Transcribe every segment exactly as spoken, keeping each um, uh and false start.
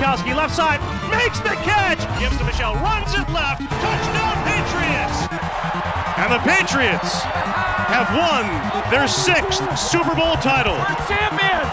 Gronkowski, left side, makes the catch! Gives to Michel, runs it left, touchdown Patriots! And the Patriots have won their sixth Super Bowl title. We're champions!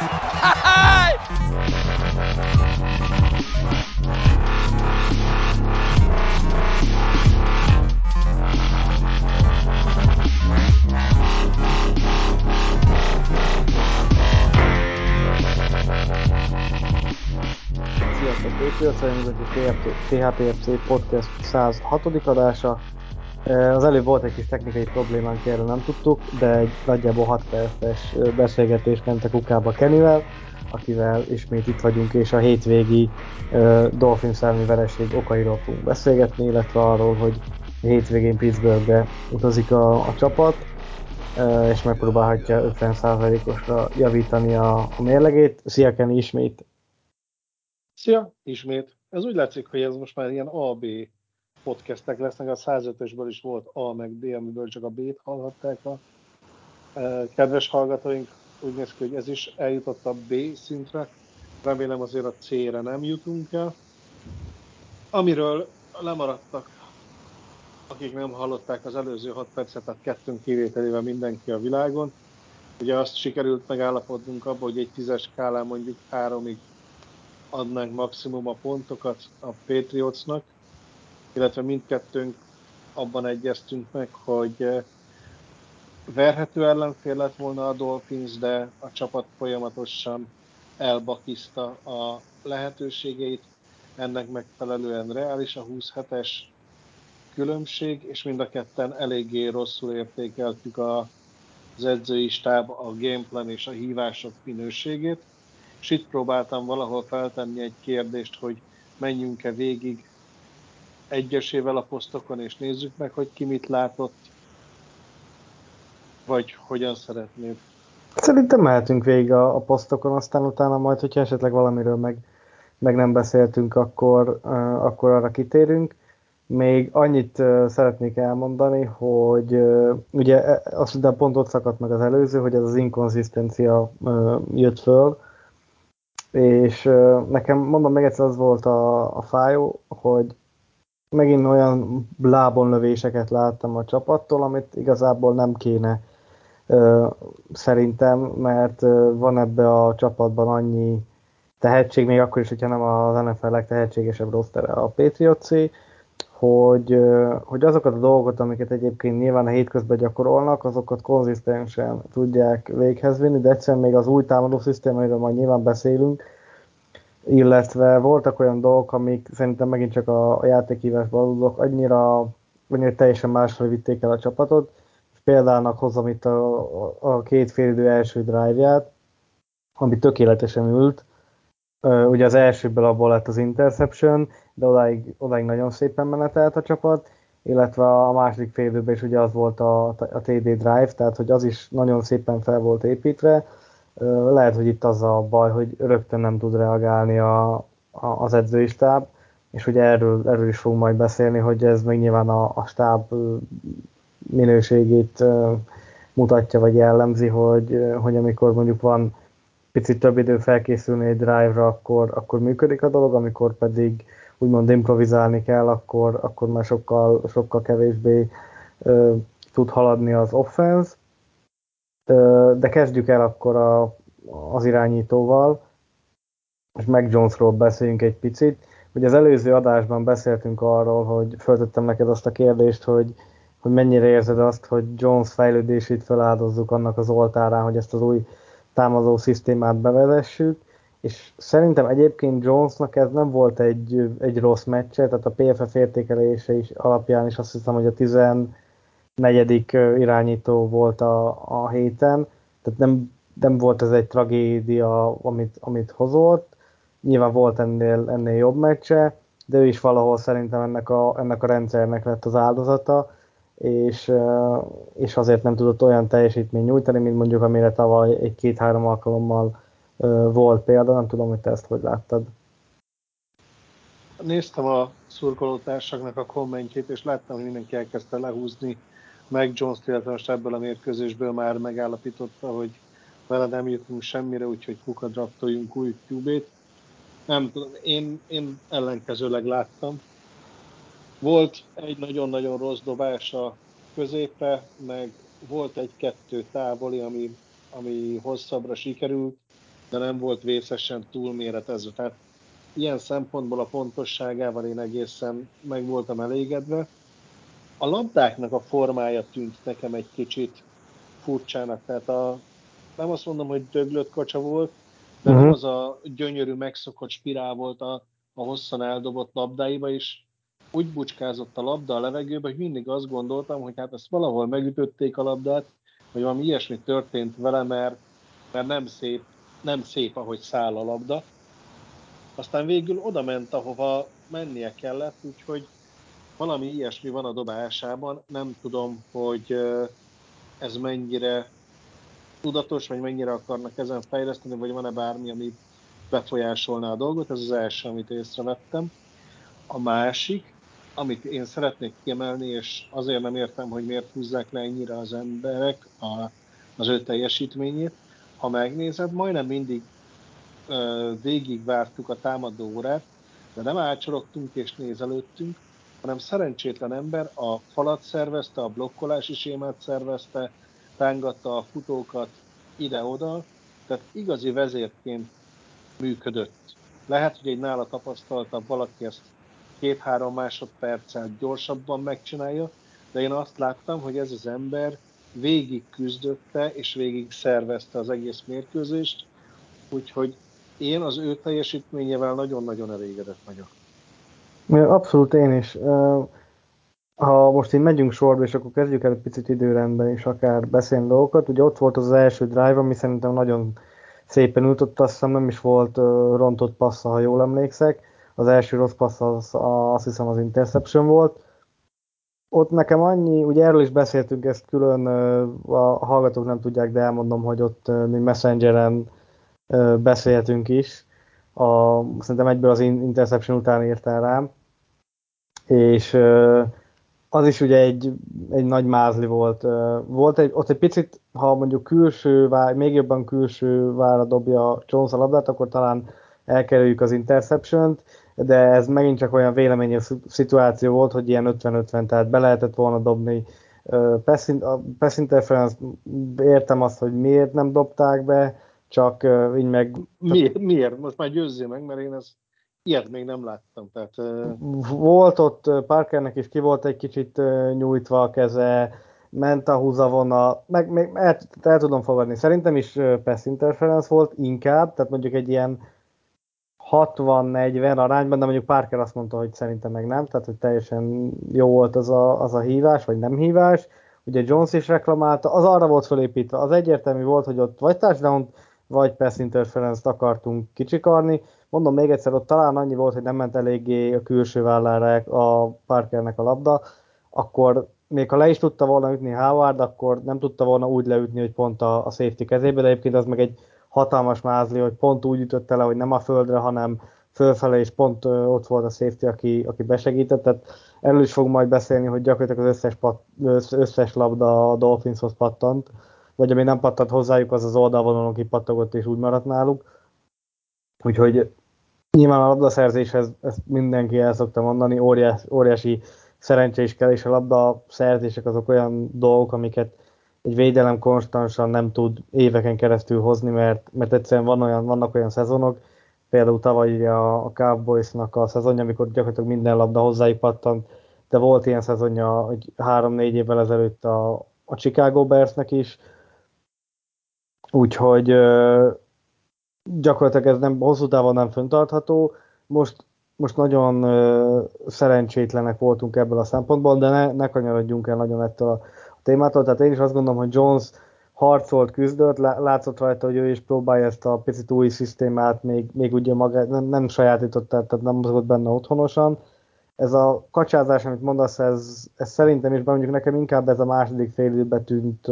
Sziasztok, Patriots, vagyunk a té há pé ef cé Podcast száz hatodik adása. Az előbb volt egy kis technikai problémánk, erről nem tudtuk, de egy nagyjából hat perces beszélgetés ment a kukába Kennyvel, akivel ismét itt vagyunk, és a hétvégi uh, Dolphins elleni vereség okairól fogunk beszélgetni, illetve arról, hogy a hétvégén Pittsburghbe utazik a, a csapat, uh, és megpróbálhatja ötven százalékosra javítani a, a mérlegét. Szia Kenny, ismét! Szia, ismét. Ez úgy látszik, hogy ez most már ilyen á bé podcastek lesznek, a százötösből is volt A meg D, amiből csak a B-t hallhatták a e, kedves hallgatóink. Úgy néz ki, hogy ez is eljutott a B szintre. Remélem azért a C-re nem jutunk el. Amiről lemaradtak, akik nem hallották az előző hat percet, tehát kettőnk kivételével mindenki a világon. Ugye azt sikerült megállapodnunk abban, hogy egy tízes skálán mondjuk háromig adnánk maximum a pontokat a Patriotsnak, illetve mindkettőnk abban egyeztünk meg, hogy verhető ellenfél lett volna a Dolphins, de a csapat folyamatosan elbakiszta a lehetőségeit, ennek megfelelően reális a húsz hetes különbség, és mind a ketten eléggé rosszul értékeltük az edzői stáb, a gameplan és a hívások minőségét. És itt próbáltam valahol feltenni egy kérdést, hogy menjünk-e végig egyesével a posztokon, és nézzük meg, hogy ki mit látott, vagy hogyan szeretnéd. Szerintem mehetünk végig a, a posztokon, aztán utána majd, hogyha esetleg valamiről meg, meg nem beszéltünk, akkor, uh, akkor arra kitérünk. Még annyit uh, szeretnék elmondani, hogy uh, ugye azt de pont ott szakadt meg az előző, hogy ez az inkonzisztencia uh, jött föl, és uh, nekem, mondom még egyszer, az volt a, a fájó, hogy megint olyan lábonlövéseket láttam a csapattól, amit igazából nem kéne uh, szerintem, mert uh, van ebbe a csapatban annyi tehetség, még akkor is, hogyha nem az en ef el legtehetségesebb rostere a Patriotsé, hogy, uh, hogy azokat a dolgokat, amiket egyébként nyilván a hétközben gyakorolnak, azokat konzisztensen tudják véghez vinni, de egyszerűen még az új támadó szisztém, amiről majd nyilván beszélünk, illetve voltak olyan dolgok, amik szerintem megint csak a, a játékhívásban adódók, annyira, annyira teljesen másra vitték el a csapatot. Példának hozom itt a, a, a két félidő első drive-ját, ami tökéletesen ült. Ugye az elsőből abból lett az interception, de odáig, odáig nagyon szépen menetelt a csapat, illetve a második félidőben is ugye az volt a, a té dé drive, tehát hogy az is nagyon szépen fel volt építve. Lehet, hogy itt az a baj, hogy rögtön nem tud reagálni a, a, az edzői stáb, és ugye erről, erről is fogunk majd beszélni, hogy ez még nyilván a, a stáb minőségét mutatja, vagy jellemzi, hogy, hogy amikor mondjuk van picit több idő felkészülni egy drive-ra, akkor, akkor működik a dolog, amikor pedig úgymond improvizálni kell, akkor, akkor már sokkal, sokkal kevésbé uh, tud haladni az offense. De kezdjük el akkor a, az irányítóval, és Mac Jonesról beszéljünk egy picit. Ugye az előző adásban beszéltünk arról, hogy föltettem neked azt a kérdést, hogy, hogy mennyire érzed azt, hogy Jones fejlődését feláldozzuk annak az oltárán, hogy ezt az új támadó szisztémát bevezessük, és szerintem egyébként Jonesnak ez nem volt egy, egy rossz meccse, tehát a pé ef ef értékelése is alapján is azt hiszem, hogy a tizennegyedik irányító volt a, a héten, tehát nem, nem volt ez egy tragédia, amit, amit hozott. Nyilván volt ennél, ennél jobb meccse, de ő is valahol szerintem ennek a, ennek a rendszernek lett az áldozata, és, és azért nem tudott olyan teljesítményt nyújtani, mint mondjuk amire tavaly egy két-három alkalommal volt példa. Nem tudom, hogy te ezt hogy láttad. Néztem a szurkolótársaknak a kommentjét, és láttam, hogy mindenki elkezdte lehúzni Mac Jones-t, illetve most ebből a mérkőzésből már megállapította, hogy vele nem jutunk semmire, úgyhogy kuka draftoljunk új kú bét. Nem tudom, én, én ellenkezőleg láttam. Volt egy nagyon-nagyon rossz dobás a középre, meg volt egy-kettő távoli, ami, ami hosszabbra sikerült, de nem volt vészesen túlméretezve. Tehát ilyen szempontból a pontosságával én egészen meg voltam elégedve. A labdáknak a formája tűnt nekem egy kicsit furcsának, tehát a, nem azt mondom, hogy döglött kacsa volt, de uh-huh. nem az a gyönyörű megszokott spirál volt a, a hosszan eldobott labdáiba, és úgy bucskázott a labda a levegőbe, hogy mindig azt gondoltam, hogy hát ezt valahol megütötték a labdát, vagy valami ilyesmi történt vele, mert, mert nem szép, nem szép, ahogy száll a labda. Aztán végül oda ment, ahova mennie kellett, úgyhogy valami ilyesmi van a dobásában. Nem tudom, hogy ez mennyire tudatos, vagy mennyire akarnak ezen fejleszteni, vagy van-e bármi, ami befolyásolná a dolgot. Ez az első, amit észrevettem. A másik, amit én szeretnék kiemelni, és azért nem értem, hogy miért húzzák le ennyire az emberek a, az ő teljesítményét. Ha megnézed, majdnem mindig ö, végigvártuk a támadó órát, de nem ácsorogtunk és nézelődtünk, hanem szerencsétlen ember a falat szervezte, a blokkolási sémát szervezte, rángatta a futókat ide-oda, tehát igazi vezérként működött. Lehet, hogy egy nála tapasztaltabb valaki ezt két-három másodperccel gyorsabban megcsinálja, de én azt láttam, hogy ez az ember végig küzdötte és végig szervezte az egész mérkőzést, úgyhogy én az ő teljesítményével nagyon-nagyon elégedett vagyok. Abszolút én is. Ha most így megyünk sorba, és akkor kezdjük el egy picit időrendben is akár beszélni dolgokat. Ugye ott volt az, az első drive, ami szerintem nagyon szépen ült, azt hiszem nem is volt rontott passza, ha jól emlékszek. Az első rossz passz az, azt hiszem az interception volt. Ott nekem annyi, ugye erről is beszéltünk, ezt külön a hallgatók nem tudják, de elmondom, hogy ott mi Messengeren beszéltünk is. A, szerintem egyből az interception után írtál rám. És az is ugye egy, egy nagy mázli volt. Volt egy, ott egy picit, ha mondjuk külső, még jobban külső vára dobja Jones a labdát, akkor talán elkerüljük az interception-t, de ez megint csak olyan véleményes szituáció volt, hogy ilyen ötven-ötven, tehát be lehetett volna dobni. A pass interference, értem azt, hogy miért nem dobták be, csak így meg... Miért? Miért? Most már győzzél meg, mert én ezt ilyet még nem láttam. Tehát, volt ott, Parkernek is ki volt egy kicsit nyújtva a keze, ment a húzavona, meg, meg el, el tudom fogadni. Szerintem is pass interference volt inkább, tehát mondjuk egy ilyen hatvan-negyven arányban, de mondjuk Parker azt mondta, hogy szerintem meg nem, tehát hogy teljesen jó volt az a, az a hívás, vagy nem hívás. Ugye Jones is reklamálta, az arra volt felépítve, az egyértelmű volt, hogy ott vagy touchdown vagy pass interference-t akartunk kicsikarni. Mondom még egyszer, ott talán annyi volt, hogy nem ment eléggé a külső vállára a Parkernek a labda, akkor még ha le is tudta volna ütni Howard, akkor nem tudta volna úgy leütni, hogy pont a, a safety kezébe, de egyébként az meg egy hatalmas mázli, hogy pont úgy ütötte le, hogy nem a földre, hanem fölfele, és pont ott volt a safety, aki, aki besegített. Tehát erről is fogunk majd beszélni, hogy gyakorlatilag az összes, pat, összes labda a Dolphinshoz pattant, vagy ami nem pattant hozzájuk, az az oldalvonalon kipattogott, és úgy maradt náluk. Úgyhogy nyilván a labdaszerzéshez ezt mindenki el szokta mondani, óriás, óriási szerencse is kell, és a labdaszerzések azok olyan dolgok, amiket egy védelem konstansan nem tud éveken keresztül hozni, mert, mert egyszerűen van olyan, vannak olyan szezonok, például tavaly a, a Cowboysnak a szezonja, amikor gyakorlatilag minden labda hozzájuk pattant, de volt ilyen szezonja, hogy három-négy évvel ezelőtt a, a Chicago Bearsnek is, úgyhogy gyakorlatilag ez nem, hosszú távon nem fenntartható. Most, most nagyon uh, szerencsétlenek voltunk ebből a szempontból, de ne, ne kanyarodjunk el nagyon ettől a témától. Tehát én is azt gondolom, hogy Jones harcolt, küzdött, látszott rajta, hogy ő is próbálja ezt a picit új szisztémát, még, még ugye maga nem, nem sajátított, tehát nem mozgott benne otthonosan. Ez a kacsázás, amit mondasz, ez, ez szerintem is, mondjuk nekem inkább ez a második fél időben tűnt,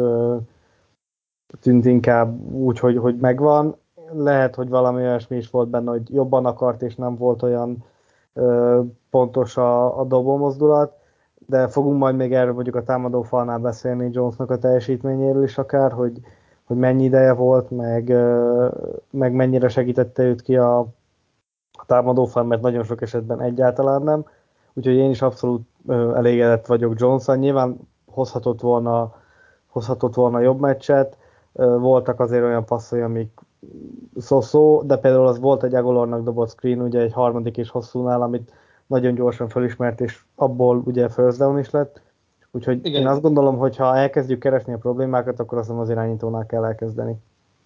tűnt inkább úgy, hogy, hogy megvan. Lehet, hogy valami olyasmi is volt benne, hogy jobban akart, és nem volt olyan ö, pontos a, a dobó mozdulat, de fogunk majd még erről mondjuk a támadó falnál beszélni Jonesnak a teljesítményéről is akár, hogy, hogy mennyi ideje volt, meg, ö, meg mennyire segítette őt ki a, a támadófal, mert nagyon sok esetben egyáltalán nem. Úgyhogy én is abszolút ö, elégedett vagyok Johnson. Nyilván hozhatott volna, hozhatott volna jobb meccset. Ö, voltak azért olyan passzai, amik szó-szó, de például az volt egy Agolornak dobott screen, ugye egy harmadik és hosszúnál, amit nagyon gyorsan felismert, és abból ugye first down is lett. Úgyhogy Igen, én azt gondolom, hogy ha elkezdjük keresni a problémákat, akkor azt nem az irányítónál kell elkezdeni.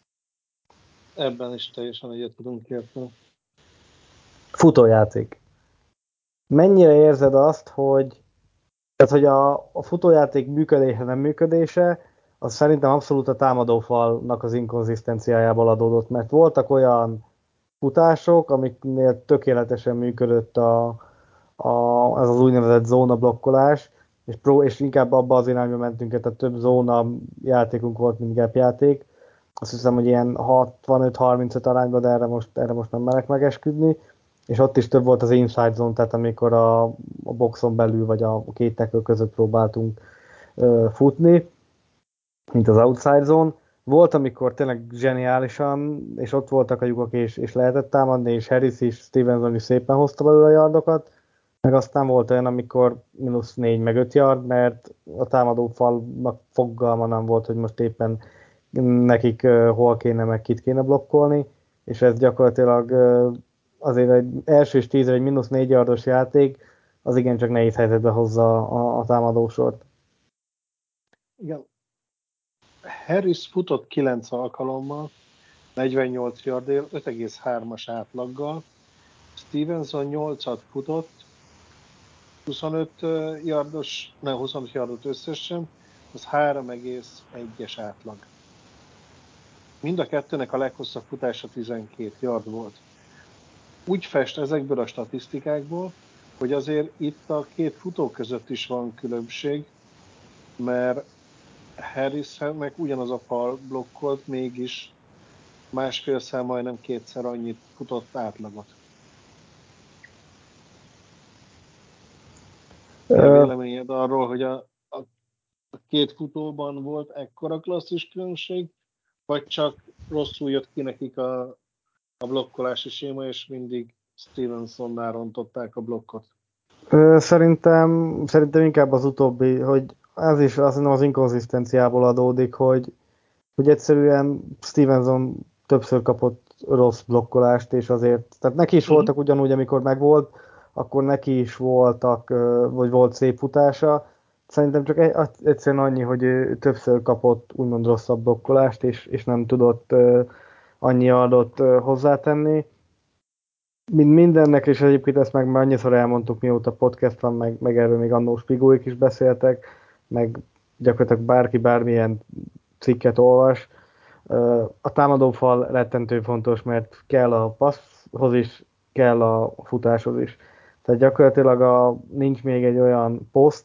ebben is teljesen egyet tudunk érteni. Futójáték. Mennyire érzed azt, hogy, tehát, hogy a, a futójáték működése, nem működése, az szerintem abszolút a támadófalnak az inkonzisztenciájából adódott, mert voltak olyan futások, amiknél tökéletesen működött a, a, ez az úgynevezett zónablokkolás, és, pró, és inkább abba az irányba mentünk, tehát több zóna játékunk volt, mint gap játék. Azt hiszem, hogy ilyen hatvanöt harmincöt arányban, de erre most, erre most nem merek megesküdni. És ott is több volt az inside zone, tehát amikor a, a boxon belül vagy a két tackle között próbáltunk ö, futni, mint az outside zone. Volt, amikor tényleg zseniálisan, és ott voltak a lyukak, és, és lehetett támadni, és Harris is, Stevenson is szépen hozta belőle a yardokat, meg aztán volt olyan, amikor mínusz négy meg öt yard, mert a támadó falnak fogalma nem volt, hogy most éppen nekik uh, hol kéne, meg kit kéne blokkolni, és ez gyakorlatilag uh, azért egy első és tízre egy mínusz négy yardos játék, az igencsak nehéz helyzetbe hozza a, a támadósort. Igen. Harris futott kilenc alkalommal, negyvennyolc yardér, öt egész hármas átlaggal. Stevenson nyolcat futott, huszonöt yardos, nem huszonöt yardot összesen, az három egész egyes átlag. Mind a kettőnek a leghosszabb futása tizenkét yard volt. Úgy fest ezekből a statisztikákból, hogy azért itt a két futó között is van különbség, mert Harrisnek ugyanaz a fal blokkolt, mégis másfélszer, majdnem kétszer annyit futott átlagot. Mi a véleményed arról, hogy a, a, a két futóban volt ekkora klasszis különbség, vagy csak rosszul jött ki nekik a, a blokkolási séma, és mindig Stevensonnál rontották a blokkot? Szerintem, szerintem inkább az utóbbi, hogy ez is azt mondom az inkonzisztenciából adódik, hogy, hogy egyszerűen Stevenson többször kapott rossz blokkolást, és azért, tehát neki is uh-huh. voltak ugyanúgy, amikor megvolt, akkor neki is voltak, vagy volt szép futása. Szerintem csak egyszerűen annyi, hogy ő többször kapott úgymond rosszabb blokkolást, és, és nem tudott annyi adott hozzátenni. Mint mindennek, és egyébként ezt meg már annyiszor elmondtuk, mióta podcast van, meg, meg erről még annó Spigóik is beszéltek, meg gyakorlatilag bárki bármilyen cikket olvas. A támadófal rettentő fontos, mert kell a passzhoz is, kell a futáshoz is. Tehát gyakorlatilag a, nincs még egy olyan poszt,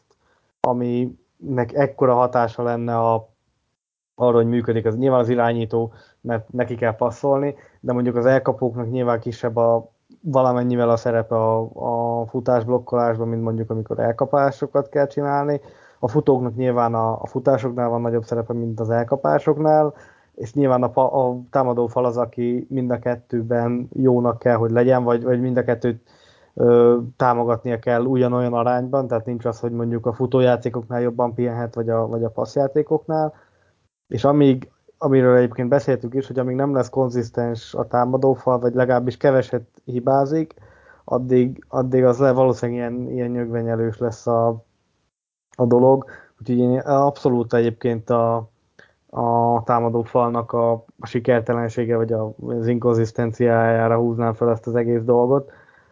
aminek ekkora hatása lenne a, arra, hogy működik. Az nyilván az irányító, mert neki kell passzolni, de mondjuk az elkapóknak nyilván kisebb a valamennyivel a szerepe a, a futásblokkolásban, mint mondjuk amikor elkapásokat kell csinálni. A futóknak nyilván a, a futásoknál van nagyobb szerepe, mint az elkapásoknál, és nyilván a, a támadó fal az, aki mind a kettőben jónak kell, hogy legyen, vagy, vagy mind a kettőt ö, támogatnia kell ugyanolyan arányban, tehát nincs az, hogy mondjuk a futójátékoknál jobban pihenhet, vagy a, vagy a passzjátékoknál. És amíg, amiről egyébként beszéltük is, hogy amíg nem lesz konzisztens a támadófal, vagy legalábbis keveset hibázik, addig, addig az valószínűleg ilyen, ilyen nyögvenyelős lesz a, a dolog. Úgyhogy én abszolút egyébként a, a támadófalnak a, a sikertelensége, vagy a, az inkonzisztenciájára húznám fel ezt az egész dolgot.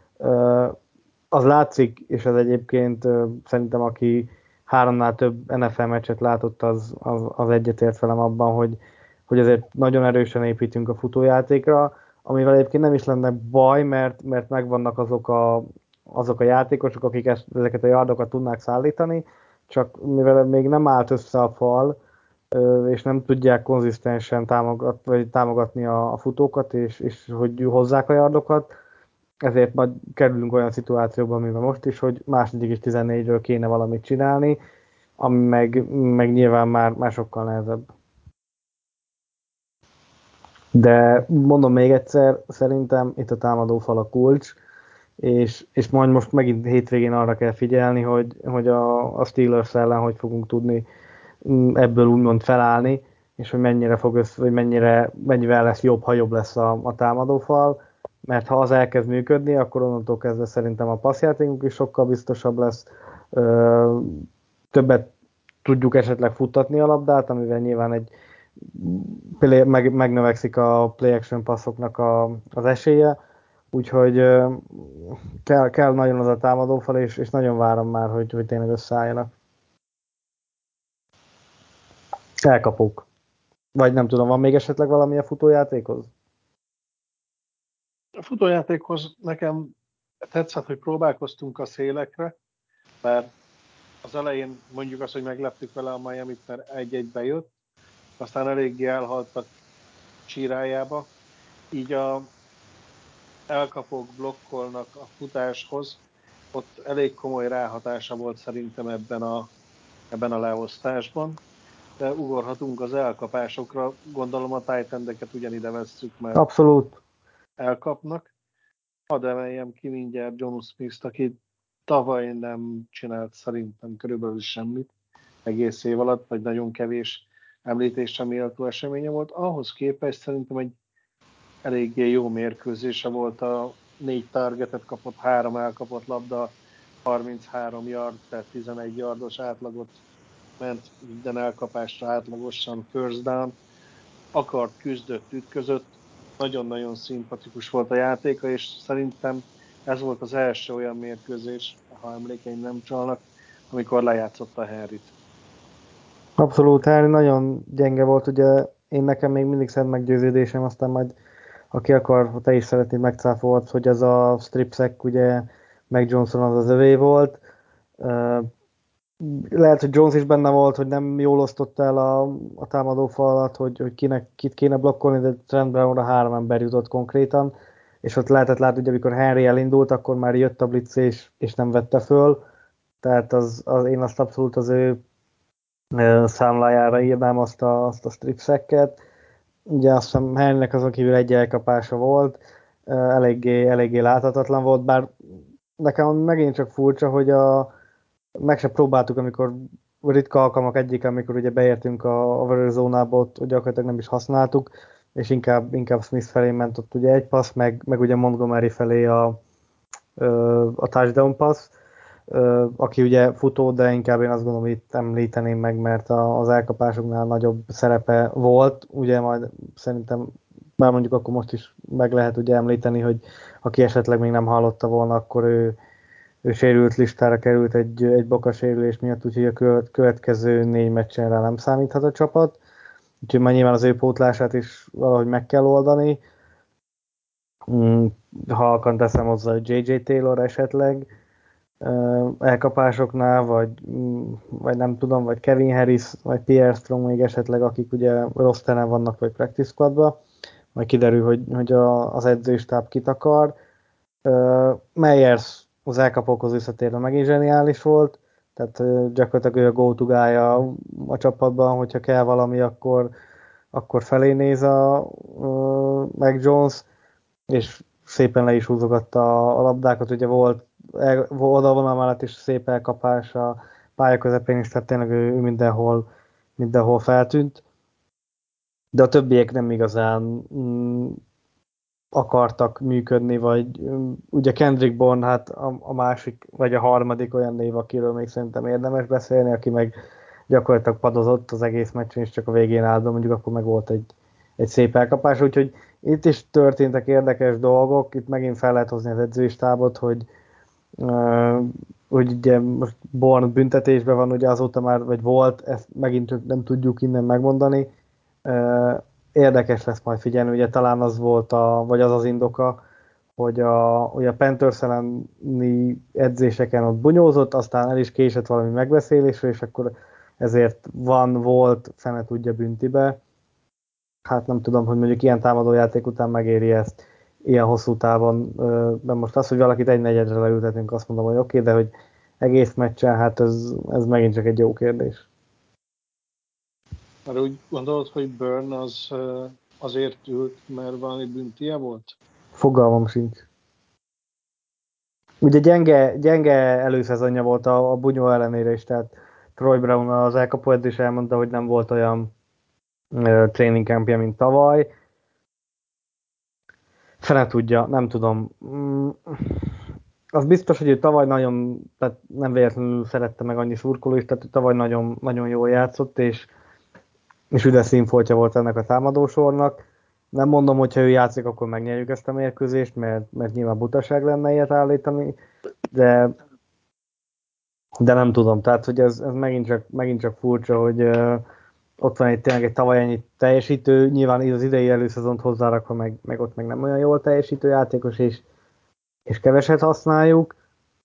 Az látszik, és ez egyébként szerintem aki háromnál több en ef el meccset látott, az, az, az egyetért velem abban, hogy, hogy azért nagyon erősen építünk a futójátékra, amivel egyébként nem is lenne baj, mert, mert megvannak azok a, azok a játékosok, akik ezt, ezeket a yardokat tudnák szállítani, csak mivel még nem állt össze a fal, és nem tudják konzisztensen támogat, vagy támogatni a, a futókat, és, és hogy hozzák a yardokat, ezért majd kerülünk olyan szituációba, amiben most is, hogy második és tizennégyről kéne valamit csinálni, ami meg, meg nyilván már, már sokkal nehezebb. De mondom még egyszer, szerintem itt a támadófal a kulcs, és, és majd most megint hétvégén arra kell figyelni, hogy, hogy a, a Steelers ellen hogy fogunk tudni ebből úgymond felállni, és hogy mennyire fog össze, vagy mennyire, mennyivel lesz jobb, ha jobb lesz a, a támadófal, mert ha az elkezd működni, akkor onnantól kezdve szerintem a passzjátékunk is sokkal biztosabb lesz, ö, többet tudjuk esetleg futtatni a labdát, amivel nyilván egy play, meg, megnövekszik a play action passzoknak a, az esélye, úgyhogy ö, kell, kell nagyon az a támadófal, és, és nagyon várom már, hogy, hogy tényleg összeálljanak. Elkapok. Vagy nem tudom, van még esetleg valami a futójátékhoz? A futójátékhoz nekem tetszett, hogy próbálkoztunk a szélekre, mert az elején mondjuk azt, hogy megleptük vele a Miamit, mert egy-egy bejött, aztán eléggé elhaltak csírájába, így a elkapók blokkolnak a futáshoz, ott elég komoly ráhatása volt szerintem ebben a, ebben a leosztásban, de ugorhatunk az elkapásokra, gondolom a tight endeket ugyanide vesszük, mert Abszolút. elkapnak. Hadd emeljem ki mindjárt John Smith-t, aki tavaly nem csinált szerintem körülbelül semmit egész év alatt, vagy nagyon kevés említésre méltó eseménye volt. Ahhoz képest szerintem egy eléggé jó mérkőzése volt, a négy targetet kapott, három elkapott labda, harminchárom yard, tehát tizenegy yardos átlagot ment minden elkapásra átlagosan first down, akart, küzdött, ütközött, nagyon-nagyon szimpatikus volt a játéka, és szerintem ez volt az első olyan mérkőzés, ha emlékeim nem csalnak, amikor lejátszotta Henryt. Abszolút, Henry nagyon gyenge volt, ugye én nekem még mindig szent meggyőződésem, aztán majd aki akar, ha te is szeretnéd megcáfolod, hogy ez a strip sack, ugye meg Johnson az az övé volt. Lehet, hogy Jones is benne volt, hogy nem jól osztotta el a, a támadó falat, hogy, hogy kinek, kit kéne blokkolni, de Trent Brownra három ember jutott konkrétan, és ott lehetett látni, hogy amikor Henry elindult, akkor már jött a blitz és, és nem vette föl, tehát az, az, én azt abszolút az ő számlájára írnám azt a, azt a strip sacket. Ugye azt hiszem Henrynek azon kívül egy elkapása volt, eléggé, eléggé láthatatlan volt, bár nekem megint csak furcsa, hogy a, meg se próbáltuk, amikor ritka alkalmak egyik, amikor ugye beértünk a, a vörös zónába, ott gyakorlatilag nem is használtuk, és inkább, inkább Smith felé ment ott ugye egy passz, meg, meg ugye Montgomery felé a, a touchdown passz, aki ugye futó, de inkább én azt gondolom, itt említeném meg, mert az elkapásoknál nagyobb szerepe volt, ugye majd szerintem, bár mondjuk akkor most is meg lehet ugye említeni, hogy aki esetleg még nem hallotta volna, akkor ő, ő sérült listára került egy, egy bokasérülés miatt, úgyhogy a következő négy meccsen rá nem számíthat a csapat, úgyhogy már nyilván az ő pótlását is valahogy meg kell oldani. Halkan teszem hozzá, hogy jé jé Taylor esetleg elkapásoknál, vagy, vagy nem tudom, vagy Kevin Harris, vagy Pierre Strong még esetleg, akik ugye rosteren vannak, vagy practice squadba, majd kiderül, hogy, hogy a, az edzőstáb kit akar. Uh, Meyers az elkapókhoz visszatérve megint zseniális volt, tehát uh, gyakorlatilag ő a go-to guy a, a csapatban, hogyha kell valami, akkor, akkor felé néz a uh, Mac Jones, és szépen le is húzogatta a, a labdákat, ugye volt oldalvonal mellett is szép elkapás a pálya közepén is, tehát tényleg ő, ő mindenhol, mindenhol feltűnt. De a többiek nem igazán mm, akartak működni, vagy mm, ugye Kendrick Bourne, hát a, a másik, vagy a harmadik olyan név, akiről még szerintem érdemes beszélni, aki meg gyakorlatilag padozott az egész meccsen, és csak a végén állt be, mondjuk akkor meg volt egy, egy szép elkapás, úgyhogy itt is történtek érdekes dolgok, itt megint fel lehet hozni az edzői stábot, hogy Uh, hogy ugye most Born büntetésben van, ugye azóta már, vagy volt, ezt megint nem tudjuk innen megmondani. Uh, érdekes lesz majd figyelni, ugye talán az volt, a, vagy az az indoka, hogy a, ugye a Panthers elleni edzéseken ott bunyózott, aztán el is késett valami megbeszélésre, és akkor ezért van, volt, fene tudja büntibe. Hát nem tudom, hogy mondjuk ilyen támadójáték után megéri ezt ilyen hosszú távon, de most az, hogy valakit egy negyedre leültetünk, azt mondom, hogy oké, okay, de hogy egész meccsen, hát ez, ez megint csak egy jó kérdés. Mert úgy gondolod, hogy Burn az azért ült, mert valami büntie volt? Fogalmam sincs. Ugye gyenge, gyenge előszezonja volt a, a Bunyó ellenére is, tehát Troy Brown az elkapó edzés elmondta, hogy nem volt olyan uh, training campja, mint tavaly. Fene tudja, nem tudom. Mm, az biztos, hogy ő tavaly nagyon, tehát nem véletlenül szerette meg annyi szurkoló is, tehát ő tavaly nagyon, nagyon jól játszott, és, és üdes színfoltja volt ennek a támadósornak. Nem mondom, hogy ha ő játszik, akkor megnyerjük ezt a mérkőzést, mert, mert nyilván butaság lenne ilyet állítani, de, de nem tudom. Tehát, hogy ez, ez megint, csak, megint csak furcsa, hogy uh, ott van egy tényleg egy tavaly ennyi teljesítő, nyilván az idei előszezont hozzárakva, meg, meg ott meg nem olyan jól teljesítő játékos, és, és keveset használjuk.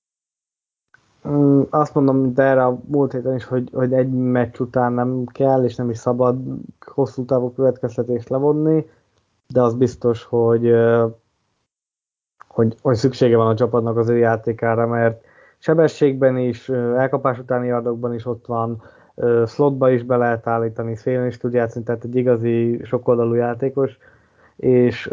Mm, azt mondom, de erre a múlt héten is, hogy, hogy egy meccs után nem kell, és nem is szabad hosszú távú következtetést levonni, de az biztos, hogy, hogy, hogy szüksége van a csapatnak az ő játékára, mert sebességben is, elkapás utáni yardokban is ott van, slotba is be lehet állítani, szélen is tud játszani, tehát egy igazi sokoldalú játékos, és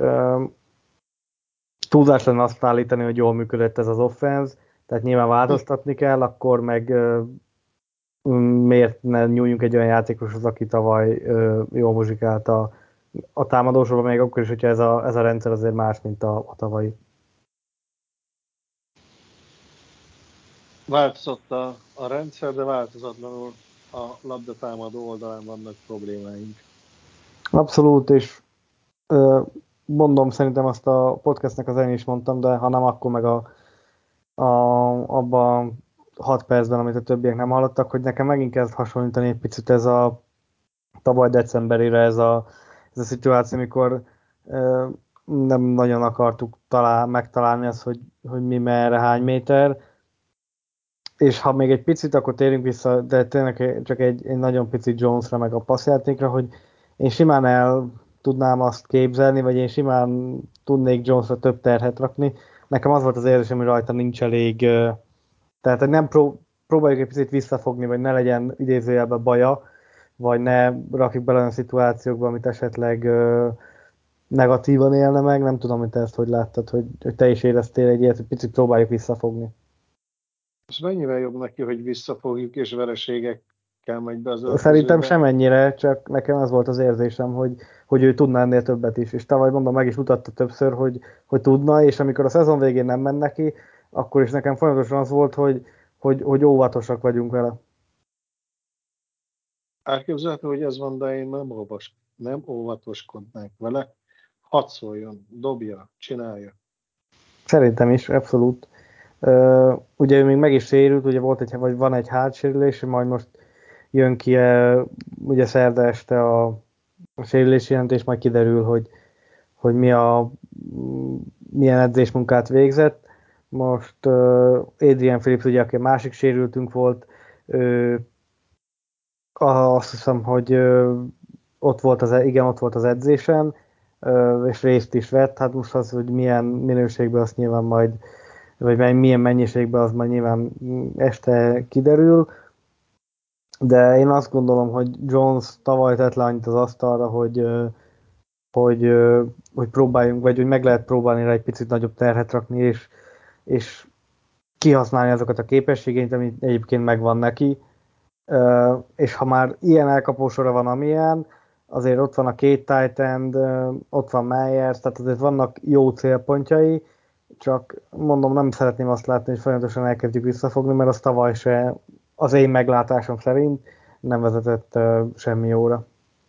túlzás lenne azt állítani, hogy jól működött ez az offense, tehát nyilván változtatni kell, akkor meg miért ne nyúljunk egy olyan játékoshoz, aki tavaly jól muzsikált a, a támadósorban, még akkor is, hogyha ez a, ez a rendszer azért más, mint a, a tavalyi. Változott a, a rendszer, de változatlanul a labdatámadó oldalán vannak problémáink. Abszolút, és mondom, szerintem azt a podcastnek az elején is mondtam, de ha nem, akkor meg a, a, abban hat percben, amit a többiek nem hallottak, hogy nekem megint kezd hasonlítani egy picit ez a tavaly decemberére ez a, ez a szituáció, amikor ö, nem nagyon akartuk talál, megtalálni azt, hogy, hogy mi merre, hány méter, és ha még egy picit, akkor térjünk vissza, de tényleg csak egy, egy nagyon picit Jonesra, meg a passzjátékra, hogy én simán el tudnám azt képzelni, vagy én simán tudnék Jonesra több terhet rakni. Nekem az volt az érzésem, hogy rajta nincs elég, tehát hogy nem pró- próbáljuk egy picit visszafogni, vagy ne legyen idézőjelben baja, vagy ne rakjuk bele olyan szituációkba, amit esetleg negatívan élne meg. Nem tudom, hogy te ezt hogy láttad, hogy, hogy te is éreztél egy ilyet, hogy picit próbáljuk visszafogni. És mennyivel jobb neki, hogy visszafogjuk, és vereségekkel megy be az öltözőbe? Szerintem semennyire, csak nekem az volt az érzésem, hogy, hogy ő tudna ennél többet is. És tavaly mondom, meg is mutatta többször, hogy, hogy tudna, és amikor a szezon végén nem ment neki, akkor is nekem folyamatosan az volt, hogy, hogy, hogy óvatosak vagyunk vele. Elképzelhető, hogy ez van, de én nem, óvas, nem óvatoskodnánk vele. Hadd szóljon, dobja, csinálja. Szerintem is, abszolút. Uh, ugye ő még meg is sérült, ugye volt egy, vagy van egy hátsérülés, majd most jön ki uh, ugye szerda este a, a sérülési jelentés, majd kiderül, hogy, hogy mi a, milyen edzésmunkát végzett. Most uh, Adrian Phillips, ugye, aki a másik sérültünk volt, uh, azt hiszem, hogy uh, ott volt az, igen, ott volt az edzésen, uh, és részt is vett. Hát most az, hogy milyen minőségben, azt nyilván majd vagy milyen mennyiségben, az majd nyilván este kiderül, de én azt gondolom, hogy Jones tavaly tett le annyit az asztalra, hogy, hogy, hogy próbáljunk, vagy hogy meg lehet próbálni rá egy picit nagyobb terhet rakni, és, és kihasználni azokat a képességeit, ami egyébként megvan neki, és ha már ilyen elkapósora van, amilyen, azért ott van a két tight end, ott van Myers, tehát azért vannak jó célpontjai, csak mondom, nem szeretném azt látni, hogy folyamatosan elkezdjük visszafogni, mert az tavaly se, az én meglátásom szerint nem vezetett uh, semmi jóra.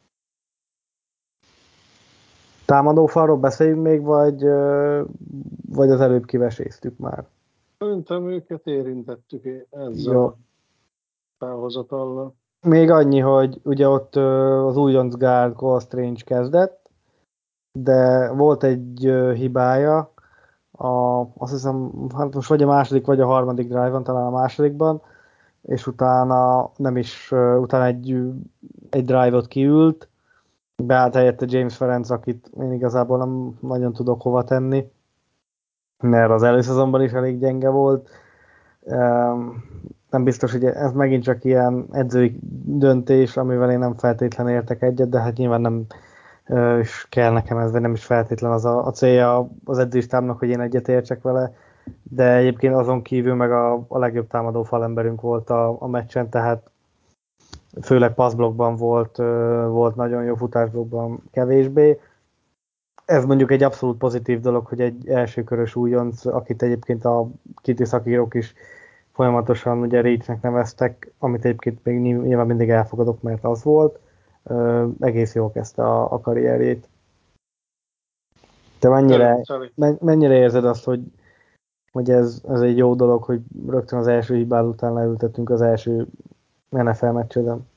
Támadófalról beszéljünk még, vagy, uh, vagy az előbb kiveséztük már? Szerintem őket érintettük ezzel Jó. a felhozatallal. Még annyi, hogy ugye ott uh, az újonc guard Cole Strange kezdett, de volt egy uh, hibája, a, azt hiszem, hát most vagy a második, vagy a harmadik drive-on, talán a másodikban, és utána nem is, uh, utána egy, egy drive-ot kiült, beállt helyette James Ferenc, akit én igazából nem nagyon tudok hova tenni, mert az előszezonban is elég gyenge volt. Um, nem biztos, hogy ez megint csak ilyen edzői döntés, amivel én nem feltétlenül értek egyet, de hát nyilván nem, és kell nekem ez, de nem is feltétlen az a, a célja az edzéstámnak, hogy én egyetértsek vele, de egyébként azon kívül meg a, a legjobb támadó falemberünk volt a, a meccsen, tehát főleg passzblokkban volt, volt nagyon jó, futásblokkban kevésbé. Ez mondjuk egy abszolút pozitív dolog, hogy egy elsőkörös újonc, akit egyébként a kiti szakírók is folyamatosan ugye Reachnek neveztek, amit egyébként még nyilván mindig elfogadok, mert az volt, egész jól kezdte a, a karrierjét. Te mennyire, mennyire érzed azt, hogy, hogy ez, ez egy jó dolog, hogy rögtön az első hibád után leültettünk az első en ef el meccseden?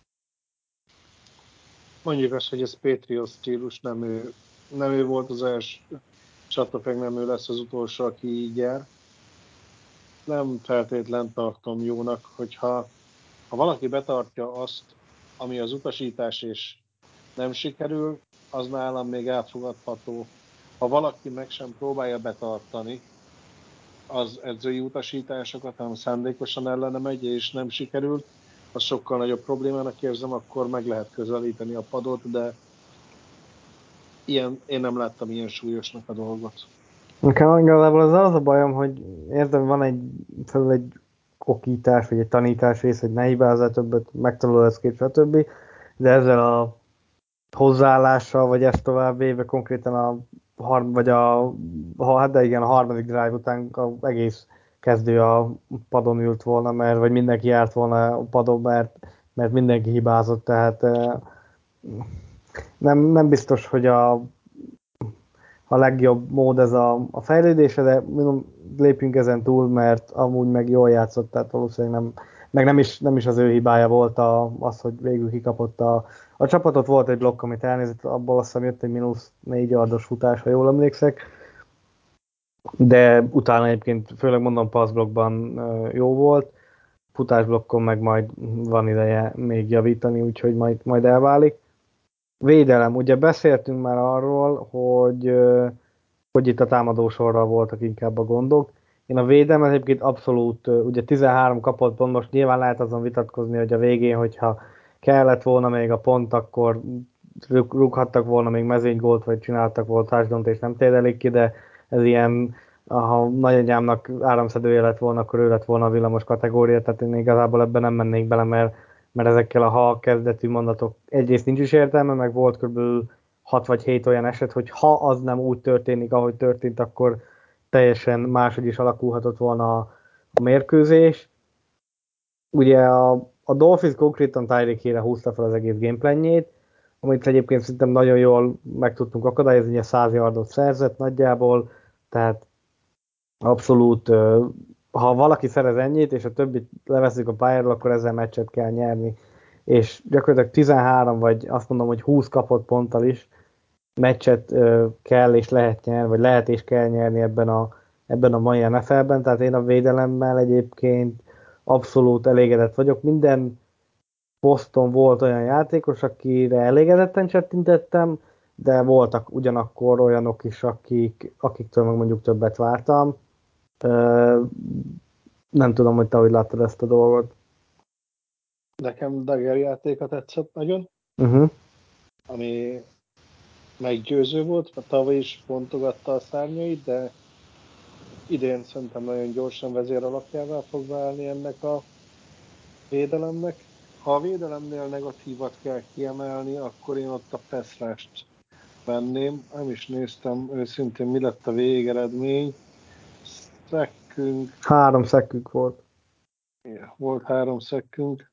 Mondjuk azt, hogy ez Patriot stílus, nem ő, nem ő volt az első csatafeg, nem ő lesz az utolsó, aki így jár. Nem feltétlen tartom jónak, hogyha ha valaki betartja azt, ami az utasítás, és nem sikerül, az nálam még elfogadható. Ha valaki meg sem próbálja betartani az edzői utasításokat, hanem szándékosan ellene megy, és nem sikerült, az sokkal nagyobb problémának érzem, akkor meg lehet közelíteni a padot, de ilyen, én nem láttam ilyen súlyosnak a dolgot. Nekem igazából az az a bajom, hogy értem, van egy, felül egy okítás, vagy egy tanítás rész, hogy ne hibázzál többet, megtanulod ezt két, stb. De ezzel a hozzáállással, vagy ezt tovább véve konkrétan a, harm, vagy a, a, de igen, a harmadik drive után az egész kezdő a padon ült volna, mert, vagy mindenki járt volna a padon, mert, mert mindenki hibázott, tehát nem, nem biztos, hogy a, a legjobb mód ez a, a fejlődése, de mondom, lépjünk ezen túl, mert amúgy meg jól játszott, tehát valószínűleg nem, meg nem is, nem is az ő hibája volt a, az, hogy végül kikapott a, a csapatot. Volt egy blokk, amit elnézett, abból azt hiszem jött egy mínusz négy yardos futás, ha jól emlékszek, de utána egyébként főleg mondom passzblokkban jó volt, futásblokkon meg majd van ideje még javítani, úgyhogy majd, majd elválik. Védelem, ugye beszéltünk már arról, hogy hogy itt a támadósorral voltak inkább a gondok. Én a védelmet egyébként abszolút, ugye tizenhárom kapott pont, most nyilván lehet azon vitatkozni, hogy a végén, hogyha kellett volna még a pont, akkor rúghattak volna még mezőnygólt, vagy csináltak volna touchdownt, és nem térdelik ki, de ez ilyen, ha nagyanyámnak áramszedője lett volna, akkor ő lett volna a villamos kategória, tehát én igazából ebben nem mennék bele, mert, mert ezekkel a ha kezdetű mondatok egyrészt nincs is értelme, meg volt körülbelül hat vagy hét olyan eset, hogy ha az nem úgy történik, ahogy történt, akkor teljesen máshogy is alakulhatott volna a, a mérkőzés. Ugye a, a Dolphins konkrétan Tyreek-ére húzta fel az egész gameplanjét, amit egyébként szerintem nagyon jól meg tudtunk akadályozni, ugye száz yardot szerzett nagyjából, tehát abszolút, ha valaki szerez ennyit, és a többit leveszik a pályáról, akkor ezzel meccset kell nyerni. És gyakorlatilag tizenhárom, vagy azt mondom, hogy húsz kapott ponttal is meccset kell és lehet nyerni, vagy lehet és kell nyerni ebben a, ebben a mai en ef el-ben, tehát én a védelemmel egyébként abszolút elégedett vagyok. Minden poszton volt olyan játékos, akire elégedetten csettintettem, de voltak ugyanakkor olyanok is, akik, akiktől meg mondjuk többet vártam. Nem tudom, hogy te hogy láttad ezt a dolgot. Nekem Dagger játéka tetszett nagyon, Uh-huh. ami meggyőző volt, mert tavaly is pontogatta a szárnyait, de idén szerintem nagyon gyorsan vezér alapjává fog válni ennek a védelemnek. Ha a védelemnél negatívat kell kiemelni, akkor én ott a pass rush-t venném. Nem is néztem őszintén, mi lett a végeredmény. Szekkünk. Három szekkünk volt. Ja, volt három szekkünk.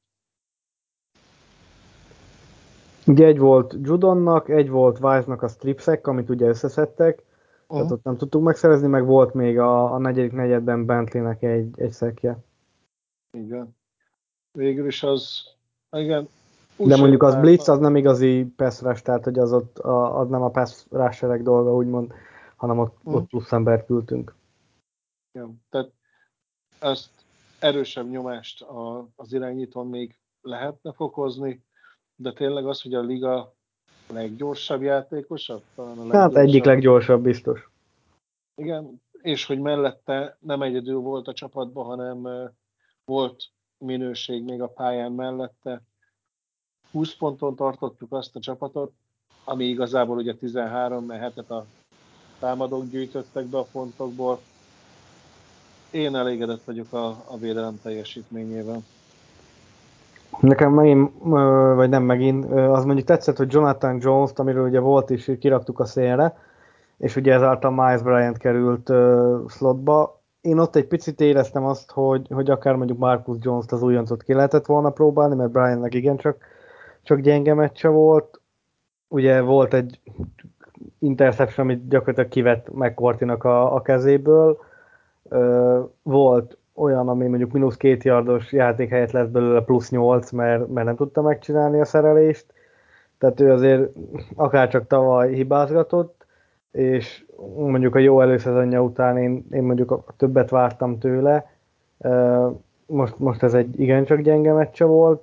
Ugye egy volt Judonnak, egy volt Wise-nak a strip sack, amit ugye összeszedtek, uh-huh. Tehát ott nem tudtuk megszerezni, meg volt még a, a negyedik negyedben Bentleynek egy, egy szekje. Igen. Végül is az, igen. De mondjuk az blitz, az nem igazi pass rush, tehát hogy az ott a, az nem a pass rusherek dolga, úgymond, hanem ott, uh-huh. ott plusz embert küldtünk. Igen. Tehát ezt erősebb nyomást a, az irányítón még lehetne fokozni, de tényleg az, hogy a liga leggyorsabb játékosabb? Talán a leggyorsabb. Hát egyik leggyorsabb biztos. Igen, és hogy mellette nem egyedül volt a csapatban, hanem volt minőség még a pályán mellette. húsz ponton tartottuk azt a csapatot, ami igazából ugye tizenhárom, mert hetet a támadók gyűjtöttek be a pontokból. Én elégedett vagyok a, a védelem teljesítményével. Nekem megint, vagy nem megint, az mondjuk tetszett, hogy Jonathan Jones-t, amiről ugye volt is, kiraktuk a szélre, és ugye ezáltal Miles Bryant került slotba. Én ott egy picit éreztem azt, hogy, hogy akár mondjuk Marcus Jones-t, az újoncot ki lehetett volna próbálni, mert Bryantnek igencsak csak gyenge meccse volt. Ugye volt egy interception, amit gyakorlatilag kivett McCourty-nak a, a kezéből. Volt olyan, ami mondjuk mínusz két yardos játék helyett lesz belőle plusz nyolc, mert, mert nem tudta megcsinálni a szerelést. Tehát ő azért akárcsak tavaly hibázgatott, és mondjuk a jó előszezonja után én, én mondjuk többet vártam tőle. Most, most ez egy igencsak gyenge meccse volt.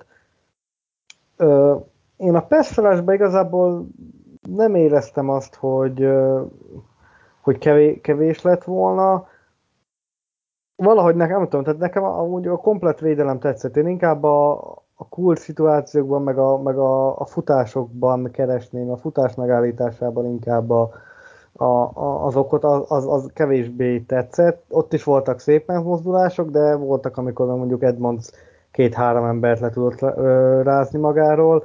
Én a pass rushba igazából nem éreztem azt, hogy, hogy kevés, kevés lett volna. Valahogy nekem, nem tudom, tehát nekem amúgy a komplet védelem tetszett. Én inkább a, a cool szituációkban, meg a, meg a, a futásokban keresném, a futás megállításában inkább a, a, a, az okot, az, az, az kevésbé tetszett. Ott is voltak szép megmozdulások, de voltak, amikor mondjuk Edmonds két-három embert le tudott rázni magáról.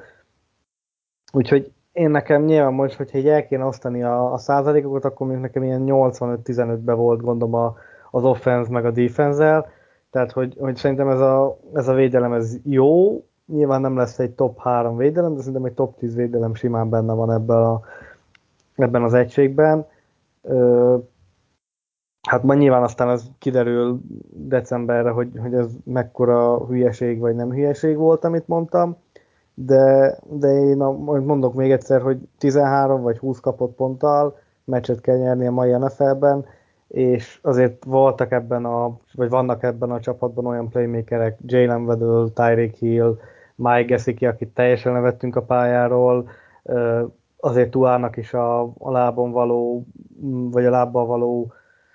Úgyhogy én nekem nyilván most, hogyha így el kéne osztani a, a százalékokat, akkor még nekem ilyen nyolcvanöt tizenötben volt gondom a, az offense meg a defense-el. Tehát, hogy, hogy szerintem ez a, ez a védelem ez jó. Nyilván nem lesz egy top három védelem, de szerintem egy top tíz védelem simán benne van ebben, a, ebben az egységben. Ö, hát majd nyilván aztán az kiderül decemberre, hogy, hogy ez mekkora hülyeség vagy nem hülyeség volt, amit mondtam. De, de én a, mondok még egyszer, hogy tizenhárom vagy húsz kapott ponttal meccset kell nyerni a mai en ef el-ben, és azért voltak ebben a, vagy vannak ebben a csapatban olyan playmakerek, Jalen Waddle, Tyreek Hill, Mike Gesicki, akit teljesen levettünk a pályáról, azért Tuának is a, a lábon való, vagy a lábbal való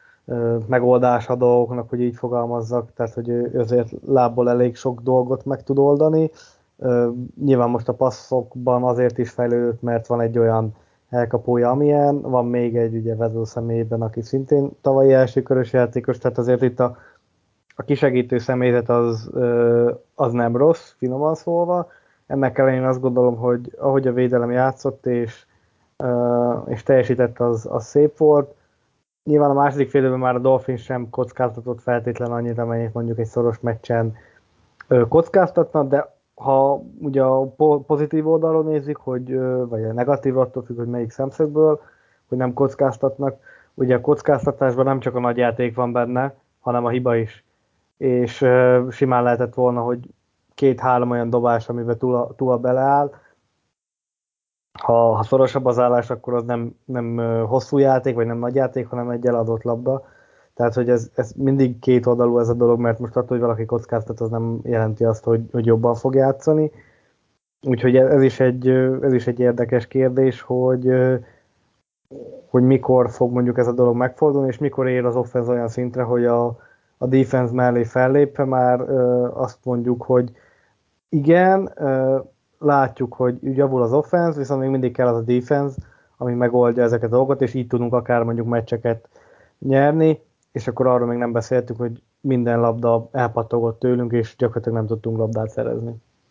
megoldás a dolgoknak, hogy így fogalmazzak, tehát hogy ő azért lábból elég sok dolgot meg tud oldani. Uh, nyilván most a passzokban azért is fejlődött, mert van egy olyan elkapója, amilyen, van még egy ugye Waddle személyében, aki szintén tavalyi első körös játékos, tehát azért itt a, a kisegítő személyzet az, uh, az nem rossz, finoman szólva. Ennek ellenén azt gondolom, hogy ahogy a védelem játszott és, uh, és teljesített, az, az szép volt. Nyilván a második félidőben már a Dolphins sem kockáztatott feltétlen annyit, amennyit mondjuk egy szoros meccsen uh, kockáztatna, de ha ugye a pozitív oldalról nézzük, hogy, vagy a negatív attól függ, hogy melyik szemszögből, hogy nem kockáztatnak, ugye a kockáztatásban nem csak a nagy játék van benne, hanem a hiba is. És uh, simán lehetett volna, hogy két-három olyan dobás, amiben Tua, Tua beleáll. Ha, ha szorosabb az állás, akkor az nem, nem hosszú játék, vagy nem nagy játék, hanem egy eladott labda. Tehát, hogy ez, ez mindig két oldalú ez a dolog, mert most attól, hogy valaki kockáztat, az nem jelenti azt, hogy, hogy jobban fog játszani. Úgyhogy ez is egy, ez is egy érdekes kérdés, hogy, hogy mikor fog mondjuk ez a dolog megfordulni, és mikor ér az offense olyan szintre, hogy a, a defense mellé fellépve már azt mondjuk, hogy igen, látjuk, hogy javul az offense, viszont még mindig kell az a defense, ami megoldja ezeket a dolgokat, és így tudunk akár mondjuk meccseket nyerni, és akkor arról még nem beszéltük, hogy minden labda elpattogott tőlünk, és gyakorlatilag nem tudtunk labdát szerezni.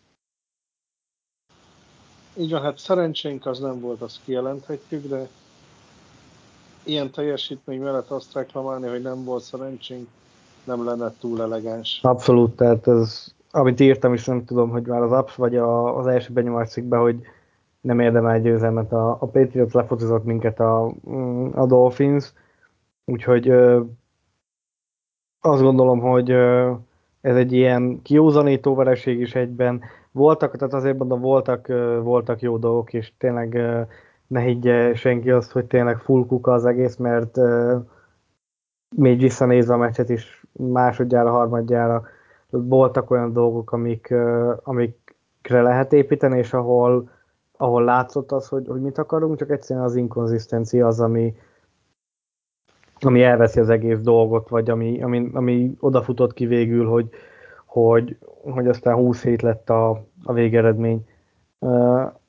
Így van, hát szerencsénk az nem volt, azt kijelenthetjük, de ilyen teljesítmény mellett azt reklamálni, hogy nem volt szerencsénk, nem lenne túl elegáns. Abszolút, tehát ez, amit írtam is, nem tudom, hogy már az Apps vagy a, az első benyomás cikkben, hogy nem érdemel győzelmet. A, a Patriots lefotozott minket a, a Dolphins, úgyhogy ö, azt gondolom, hogy ö, ez egy ilyen kiúzanító vereség is egyben. Voltak, tehát azért mondom, voltak, ö, voltak jó dolgok, és tényleg ö, ne higgye senki azt, hogy tényleg full kuka az egész, mert ö, még visszanézve a meccset is másodjára, harmadjára voltak olyan dolgok, amik, amikre lehet építeni, és ahol, ahol látszott az, hogy, hogy mit akarunk, csak egyszerűen az inkonzisztencia az, ami, ami elveszi az egész dolgot, vagy ami, ami, ami odafutott ki végül, hogy, hogy, hogy aztán húsz hét lett a, a végeredmény.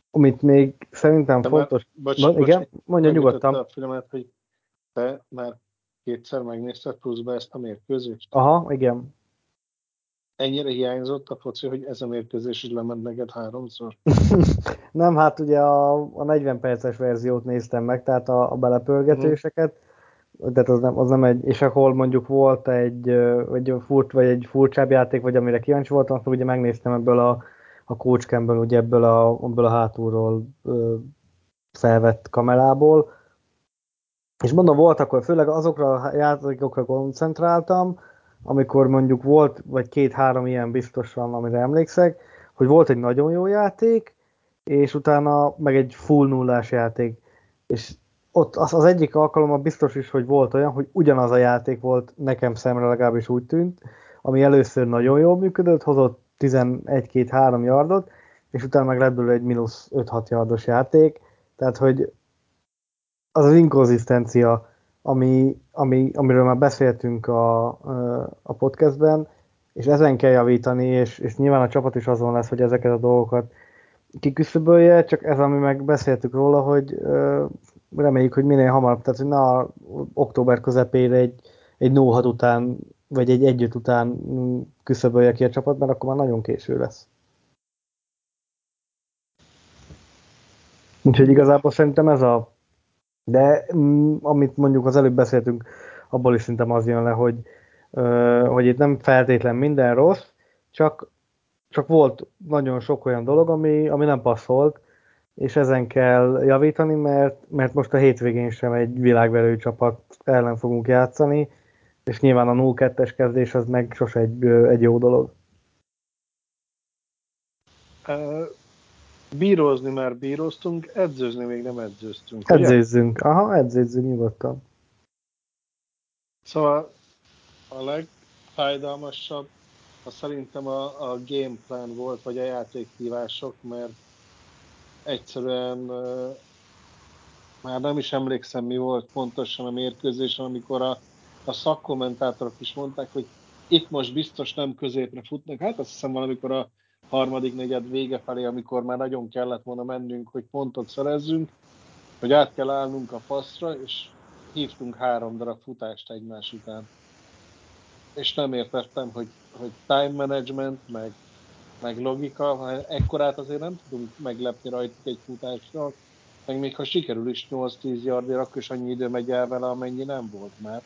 amit még szerintem De fontos... Már, bocs, Ma, bocs, igen, mondja nyugodtan. a filmet, hogy te már kétszer megnézted pluszba ezt a mérkőzést? Aha, igen. Ennyire hiányzott a foci, hogy ez a mérkőzés is lement neked háromszor? Nem, hát ugye a, a negyven perces verziót néztem meg, tehát a, a belepörgetéseket, uh-huh. Tehát az nem, az nem egy, és ahol mondjuk volt egy, egy furt, vagy egy furcsább játék, vagy amire kíváncsi voltam, akkor ugye megnéztem ebből a, a coachcamből, ugye ebből a, ebből a hátulról ö, felvett kamerából, és mondom, volt akkor főleg azokra a játékokra koncentráltam, amikor mondjuk volt, vagy két-három ilyen biztosan, amire emlékszek, hogy volt egy nagyon jó játék, és utána meg egy full nullás játék. És ott az, az egyik alkalommal biztos is, hogy volt olyan, hogy ugyanaz a játék volt, nekem szemre legalábbis úgy tűnt, ami először nagyon jól működött, hozott tizenegy-két-három yardot, és utána meg lett belőle egy mínusz öt-hat yardos játék. Tehát, hogy az az inkonzisztencia, ami, ami, amiről már beszéltünk a, a podcastben, és ezen kell javítani, és, és nyilván a csapat is azon lesz, hogy ezeket a dolgokat kiküszöbölje, csak ez, ami meg beszéltük róla, hogy ö, reméljük, hogy minél hamarabb, tehát hogy na október közepére egy, egy nulla hat után, vagy egy együtt után küszöbölje ki a csapat, mert akkor már nagyon késő lesz. Úgyhogy igazából szerintem ez a de mm, amit mondjuk az előbb beszéltünk, abból is szerintem az jön le, hogy, ö, hogy itt nem feltétlen minden rossz, csak, csak volt nagyon sok olyan dolog, ami, ami nem passzolt, és ezen kell javítani, mert, mert most a hétvégén sem egy világverő csapat ellen fogunk játszani, és nyilván a nulla kettes kezdés az meg sose egy, egy jó dolog. Uh, bírózni már bíroztunk, edzőzni még nem edzőztünk. Edzőzzünk, aha, edzőzzünk nyugodtan. Szóval a legfájdalmasabb az szerintem a, a game plan volt, vagy a játékhívások, mert egyszerűen uh, már nem is emlékszem, mi volt pontosan a mérkőzésen, amikor a, a szakkommentátorok is mondták, hogy itt most biztos nem középre futnak. Hát azt hiszem valamikor a harmadik negyed vége felé, amikor már nagyon kellett volna mennünk, hogy pontot szerezzünk, hogy át kell állnunk a passzra, és hívtunk három darab futást egymás után. És nem értettem, hogy, hogy time management, meg, meg logika, ekkorát azért nem tudunk meglepni rajtuk egy futásra, meg még ha sikerül is nyolc-tíz yardért, akkor is annyi idő megy el vele, amennyi nem volt már.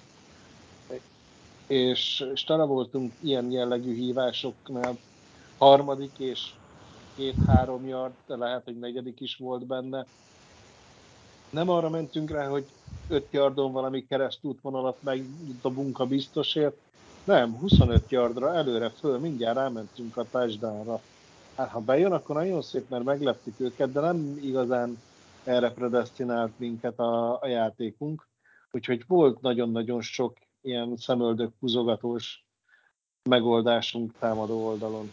És, és tele voltunk ilyen jellegű hívásoknál, harmadik és két-három yard, de lehet, hogy negyedik is volt benne. Nem arra mentünk rá, hogy öt yardon valami keresztútvonalat megdobunk a biztosért, nem, huszonöt yardra előre föl, mindjárt rámentünk a touchdownra. Hát ha bejön, akkor nagyon szép, mert megleptük őket, de nem igazán erre predesztinált minket a, a játékunk. Úgyhogy volt nagyon-nagyon sok ilyen szemöldök húzogatós megoldásunk támadó oldalon.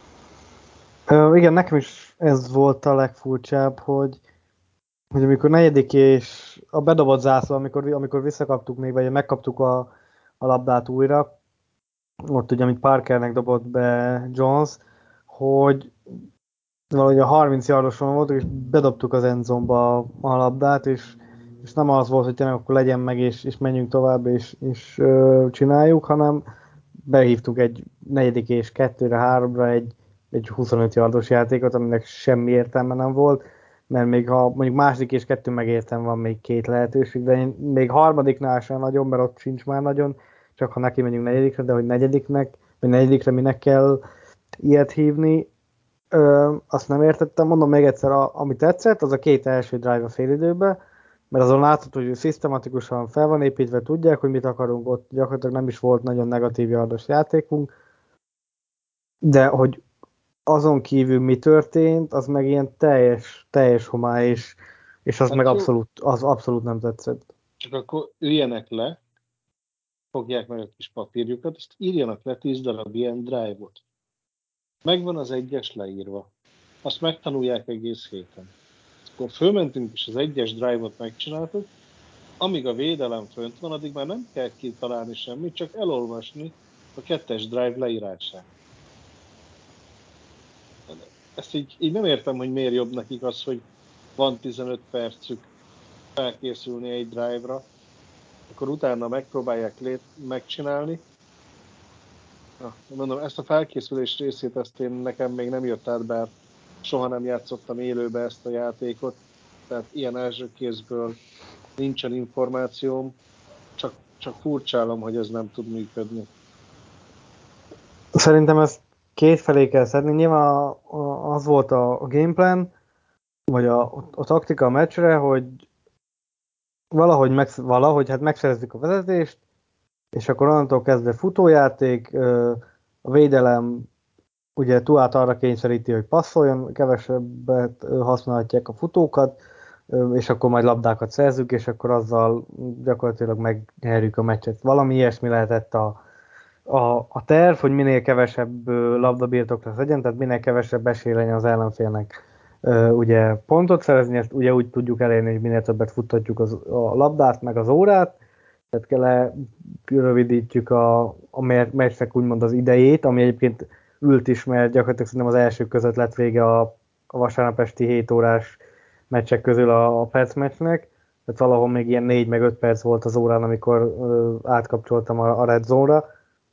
Ö, igen, nekem is ez volt a legfurcsább, hogy, hogy amikor negyedik és a bedobott zászló, amikor, amikor visszakaptuk még, vagy megkaptuk a, a labdát újra, ott ugye, amit Parkernek dobott be Jones, hogy valahogy a harminc yardoson voltunk, és bedobtuk az endzomba a labdát, és, és nem az volt, hogy tényleg akkor legyen meg, és, és menjünk tovább, és, és ö, csináljuk, hanem behívtuk egy negyedik és kettőre, háromra egy, egy huszonöt yardos játékot, aminek semmi értelme nem volt, mert még ha mondjuk második és kettő megértem, van még két lehetőség, de én még harmadiknál sem nagyon, mert ott sincs már nagyon, csak ha neki megyünk negyedikre, de hogy negyediknek, vagy negyedikre minek kell ilyet hívni, Ö, azt nem értettem, mondom még egyszer, a, ami tetszett, az a két első drive a félidőben, mert azon látható, hogy szisztematikusan fel van építve, tudják, hogy mit akarunk, ott gyakorlatilag nem is volt nagyon negatív yardos játékunk, de hogy azon kívül mi történt, az meg ilyen teljes, teljes homály, és, és az Hát meg jó, abszolút, az abszolút nem tetszett. csak akkor üljenek le, fogják meg a kis papírjukat, és írjanak le tíz darab ilyen drive-ot. Megvan az egyes leírva. Azt megtanulják egész héten. Akkor fölmentünk, és az egyes drive-ot megcsináltuk, amíg a védelem fönt van, addig már nem kell kitalálni semmit, csak elolvasni a kettes drive leírását. ezt így, így nem értem, hogy miért jobb nekik az, hogy van tizenöt percük felkészülni egy drive-ra, akkor utána megpróbálják lét, megcsinálni. Na, mondom, ezt a felkészülés részét, ezt én nekem még nem jött át, bár soha nem játszottam élőbe ezt a játékot, tehát ilyen első kézből nincsen információm, csak, csak furcsálom, hogy ez nem tud működni. Szerintem ezt kétfelé kell szedni. Nyilván az volt a gameplan, vagy a, a taktika a meccsre, hogy valahogy, meg, valahogy hát megszerezzük a vezetést, és akkor onnantól kezdve futójáték, a védelem ugye Tuát arra kényszeríti, hogy passzoljon, kevesebbet használhatják a futókat, és akkor majd labdákat szerzünk, és akkor azzal gyakorlatilag megnyerjük a meccset. Valami ilyesmi lehetett a, a, a terv, hogy minél kevesebb labdabirtokra legyen, tehát minél kevesebb esély legyen az ellenfélnek ugye pontot szerezni, ezt ugye úgy tudjuk elérni, hogy minél többet futtatjuk az, a labdát, meg az órát, tehát kell rövidítjük a, a meccsnek úgymond az idejét, ami egyébként ült is, mert gyakorlatilag szerintem az első között lett vége a, a vasárnap esti hét órás meccsek közül a, a perc meccsnek, tehát valahol még ilyen négy meg öt perc volt az órán, amikor ö, átkapcsoltam a, a Red Zone-ra,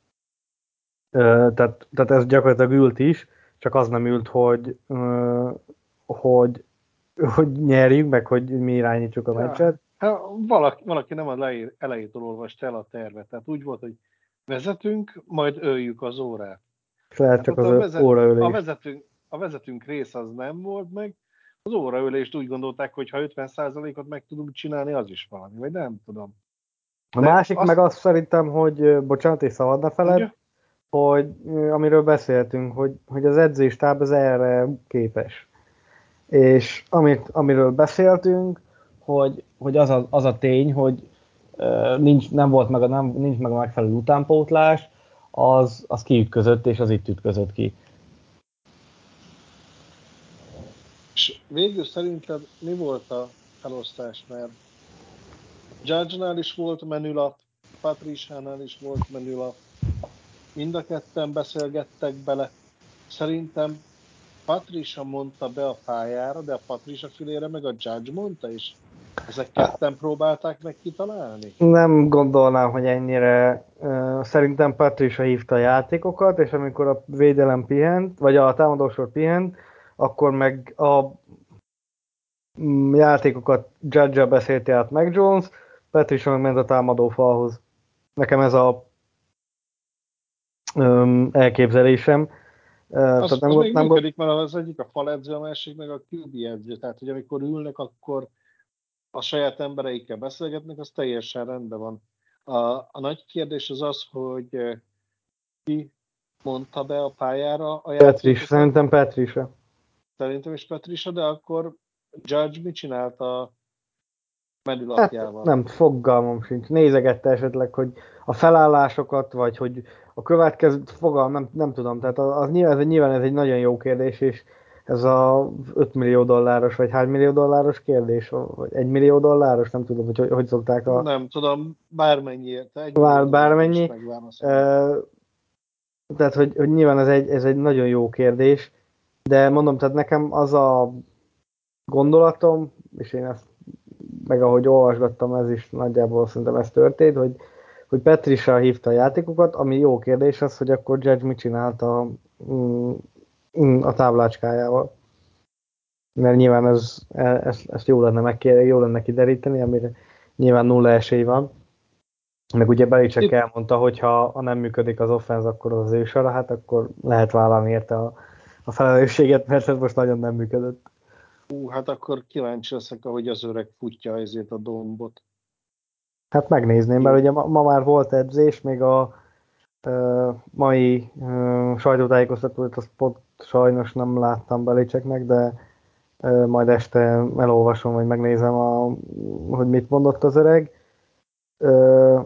ö, tehát, tehát ez gyakorlatilag ült is, csak az nem ült, hogy, ö, hogy, hogy nyerjünk, meg hogy mi irányítsuk a meccset. Hát, valaki, valaki nem az elejétől olvasta el a tervet, tehát úgy volt, hogy vezetünk, majd öljük az órát. Lehet csak az a, vezet, óraölés. A vezetünk, a vezetünk rész az nem volt meg, az óraölést úgy gondolták, hogy ha ötven százalékot meg tudunk csinálni, az is valami, vagy nem tudom. A De másik azt... meg azt szerintem, hogy, bocsánat, és szabad ne feled, ugye? Hogy amiről beszéltünk, hogy, hogy az edzőstáb az erre képes. És amit, amiről beszéltünk, hogy, hogy az, a, az a tény, hogy uh, nincs, nem volt meg a, nem, nincs meg a megfelelő utánpótlás, az, az kiütközött, és az itt ütközött ki. És végül szerinted mi volt a felosztás? Mert Judge-nál is volt menülap, Patricia-nál is volt menülap, mind a ketten beszélgettek bele. Szerintem Patricia mondta be a pályára, de a Patricia fülére meg a Judge mondta, és ezek ketten próbálták meg kitalálni? Nem gondolnám, hogy ennyire. Szerintem Patricia hívta a játékokat, és amikor a védelem pihent, vagy a támadósor pihent, akkor meg a játékokat Judge-el beszélte át meg Jones, Patricia meg ment a támadófalhoz. Nekem ez a um, elképzelésem. Uh, az, nem, az még nem működik, mert az egyik a faledző, a másik meg a Q B edző. Tehát, hogy amikor ülnek, akkor a saját embereikkel beszélgetnek, az teljesen rendben van. A, a nagy kérdés az az, hogy ki mondta be a pályára a játékokat. Patricia, szerintem Patricia. Szerintem is Patricia, de akkor Judge mit csinált a menülapjával? Hát nem, fogalmam sincs. Nézegette esetleg, hogy a felállásokat, vagy hogy a következő, fogalmam, nem, nem tudom. Tehát az, az nyilván, ez, nyilván ez egy nagyon jó kérdés, és ez a öt millió dolláros, vagy hány millió dolláros kérdés, vagy egy millió dolláros, nem tudom, hogy hogy, hogy szokták a... Nem tudom, bármennyiért. Egy Bár, bármennyi. E, tehát, hogy, hogy nyilván ez egy, ez egy nagyon jó kérdés, de mondom, tehát nekem az a gondolatom, és én ezt meg ahogy olvasgattam, ez is nagyjából szerintem ez történt, hogy, hogy Patricia hívta a játékokat, ami jó kérdés az, hogy akkor Judge mit csinált a, a táblácskájával. Mert nyilván ez, ez, ezt jó lenne, megkér, jó lenne kideríteni, amire nyilván nulla esély van. Meg ugye Belichick elmondta, hogy ha, ha nem működik az offense, akkor az az ő sora, hát akkor lehet vállalni érte a, a felelősséget, mert ez most nagyon nem működött. Ú, hát akkor kíváncsi leszek, ahogy az öreg futja ezért a dombot. Hát megnézném, mert ugye ma, ma már volt edzés, még a uh, mai uh, sajtótájékoztatót, azt pont sajnos nem láttam Belichicknek, de uh, majd este elolvasom, vagy megnézem, a, hogy mit mondott az öreg. Uh,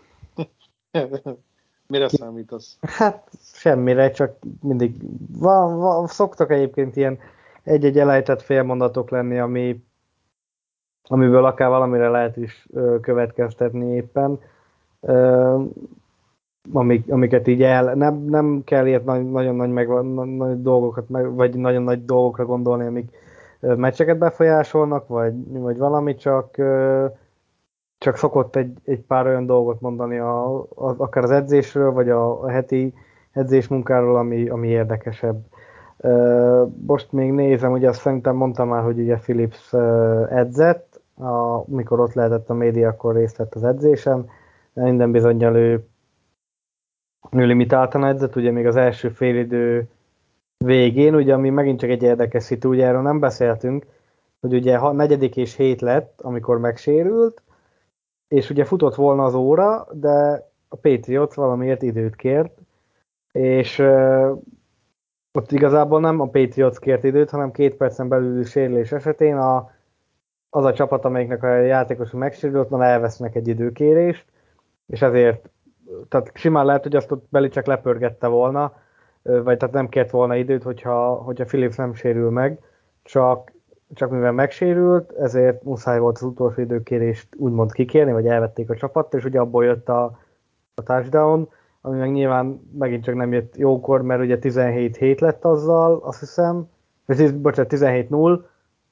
Mire számítasz? Hát semmire, csak mindig van, van, szoktak egyébként ilyen egy-egy elejtett félmondatok lenni, ami, amiből akár valamire lehet is ö, következtetni éppen. Ö, amik, amiket így el, nem, nem kell ilyet nagy, nagyon nagy, meg, nagy dolgokat, meg, vagy nagyon nagy dolgokra gondolni, amik meccseket befolyásolnak, vagy, vagy valami, csak, csak szokott egy, egy pár olyan dolgot mondani, a, a, akár az edzésről, vagy a, a heti edzésmunkáról, ami, ami érdekesebb. Most még nézem, ugye azt szerintem mondtam már, hogy ugye Philips edzett, amikor ott lehetett a média, akkor részt vett az edzésen, de minden bizonnyal ő, ő limitáltan edzett, ugye még az első félidő végén, ugye ami megint csak egy érdekes szitu, ugye erről nem beszéltünk, hogy ugye ha negyedik és hét lett, amikor megsérült, és ugye futott volna az óra, de a Patriots valamiért időt kért, és uh, ott igazából nem a Patriots kért időt, hanem két percen belül sérülés esetén a, az a csapat, amelyiknek a játékos megsérült, na elvesznek egy időkérést, és ezért, tehát simán lehet, hogy azt ott Belichick lepörgette volna, vagy tehát nem kért volna időt, hogyha, hogyha Phillips nem sérül meg, csak, csak mivel megsérült, ezért muszáj volt az utolsó időkérést úgymond kikérni, vagy elvették a csapat, és ugye abból jött a, a touchdown, ami meg nyilván megint csak nem jött jókor, mert ugye tizenhét hét lett azzal, azt hiszem, vagy bocsánat, tizenhét null,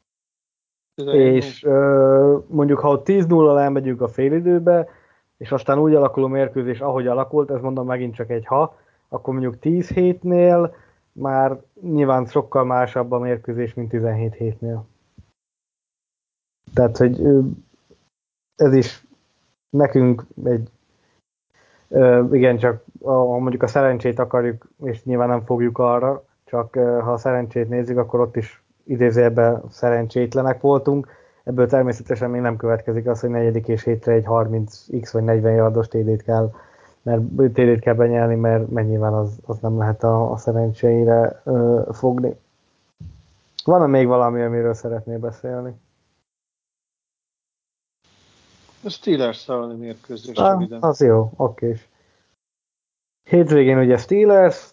és ö, mondjuk ha ott tíz nullal elmegyünk a félidőbe, és aztán úgy alakul a mérkőzés, ahogy alakult, ez mondom megint csak egy ha, akkor mondjuk tíz hétnél már nyilván sokkal másabb a mérkőzés, mint tizenhét hétnél. Tehát, hogy ez is nekünk egy igen, csak ha mondjuk a szerencsét akarjuk, és nyilván nem fogjuk arra, csak ha a szerencsét nézzük, akkor ott is idézőjelben szerencsétlenek voltunk. Ebből természetesen még nem következik az, hogy negyedik és hétre egy harminc x vagy negyven yardos té dét kell, mert té dét kell benyelni, mert, mert nyilván az, az nem lehet a, a szerencséire ö, fogni. Van-e még valami, amiről szeretnél beszélni? A Steelers elleni mérkőzés ah, röviden. Az jó, oké. Hétvégén ugye Steelers,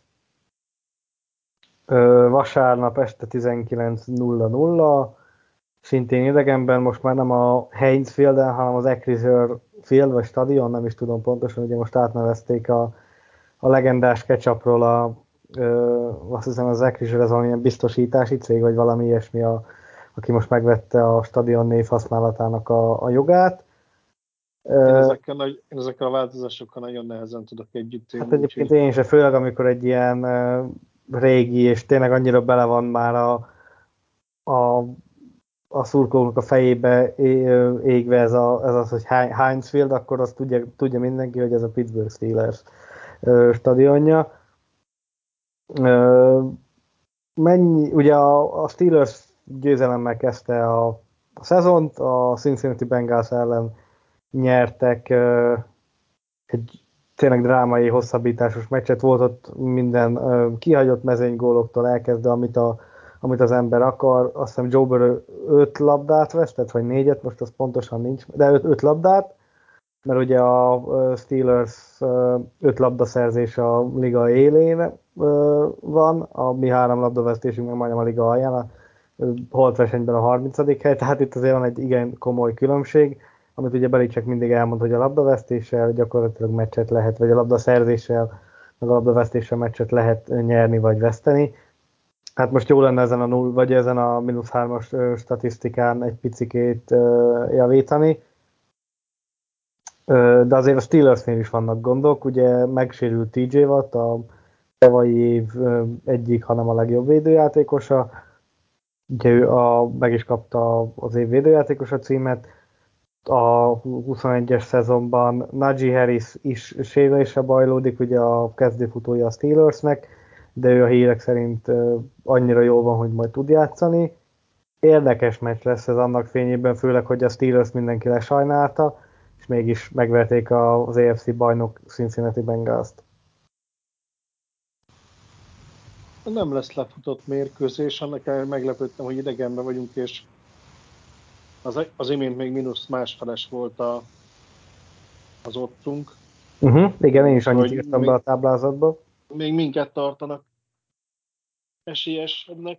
vasárnap este tizenkilenc nulla nulla, szintén idegenben, most már nem a Heinz Fielden, hanem az Acrisure Field, vagy stadion, nem is tudom pontosan, ugye most átnevezték a, a legendás ketchupról a, ö, azt hiszem az Acrisure, ez valamilyen biztosítási cég, vagy valami ilyesmi, a, aki most megvette a stadion név használatának a, a jogát. Én ezekkel, nagy, én ezekkel a változásokkal nagyon nehezen tudok együtt élni. Hát egyébként úgyhogy... én se, főleg amikor egy ilyen uh, régi, és tényleg annyira bele van már a, a a szurkolók a fejébe égve ez, a, ez az, hogy Heinz Field, akkor azt tudja, tudja mindenki, hogy ez a Pittsburgh Steelers stadionja. Mennyi, ugye a, a Steelers győzelemmel kezdte a, a szezont, a Cincinnati Bengals ellen nyertek egy tényleg drámai, hosszabbításos meccset, volt ott minden kihagyott mezőnygóloktól elkezdve, amit a amit az ember akar. Azt hiszem Joe Burrow öt labdát vesztett, vagy négyet, most az pontosan nincs, de öt, öt labdát, mert ugye a Steelers öt labdaszerzés a liga élén van, a mi három labdavesztésünk meg majdnem a liga alján, a holtversenyben a harmincadik hely, tehát itt azért van egy igen komoly különbség, amit ugye Belichick mindig elmond, hogy a labdavesztéssel gyakorlatilag meccset lehet, vagy a labdaszerzéssel, meg a labdavesztéssel meccset lehet nyerni vagy veszteni. Hát most jó lenne ezen a null, vagy ezen a mínusz hármas statisztikán egy picikét javítani. De azért a Steelersnél is vannak gondok, ugye megsérült té jé Watt, a tavalyi év egyik, hanem a legjobb védőjátékosa. Ugye ő a, meg is kapta az év védőjátékosa címet. A huszonegyes szezonban Najee Harris is sérülésre bajlódik, ugye a kezdőfutója a Steelersnek, de ő a hírek szerint annyira jól van, hogy majd tud játszani. Érdekes meccs lesz ez annak fényében, főleg, hogy a Steelers mindenki lesajnálta, és mégis megverték az á ef cé bajnok Cincinnati Bengals-t. Nem lesz lefutott mérkőzés, annak el meglepődtem, hogy idegenben vagyunk, és az, az imént még mínusz másfeles volt a, az ottunk. Uh-huh, igen, én is annyit Úgyhogy írtam még, be a táblázatba. Még minket tartanak esélyesebbnek.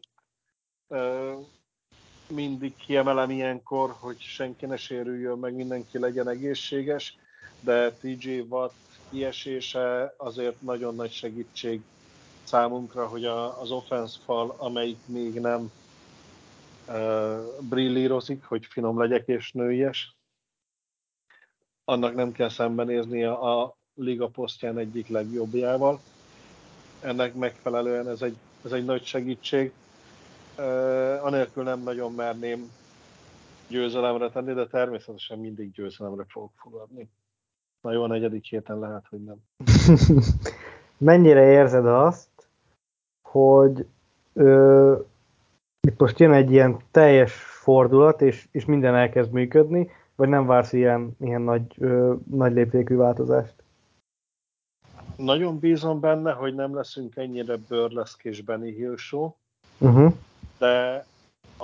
Mindig kiemelem ilyenkor, hogy senki ne sérüljön meg, mindenki legyen egészséges, de té jé Watt kiesése azért nagyon nagy segítség számunkra, hogy a, az offense fal, amelyik még nem uh, brillírozik, hogy finom legyek és nőies, annak nem kell szembenézni a, a liga posztján egyik legjobbjával. Ennek megfelelően ez egy, ez egy nagy segítség. Uh, anélkül nem nagyon merném győzelemre tenni, de természetesen mindig győzelemre fogok fogadni. Na jó, a negyedik héten lehet, hogy nem. Mennyire érzed azt, hogy ö, itt most jön egy ilyen teljes fordulat, és, és minden elkezd működni, vagy nem vársz ilyen, ilyen nagy, ö, nagy léptékű változást? Nagyon bízom benne, hogy nem leszünk ennyire burleszk és Benny Hill show, Uh-huh. de a,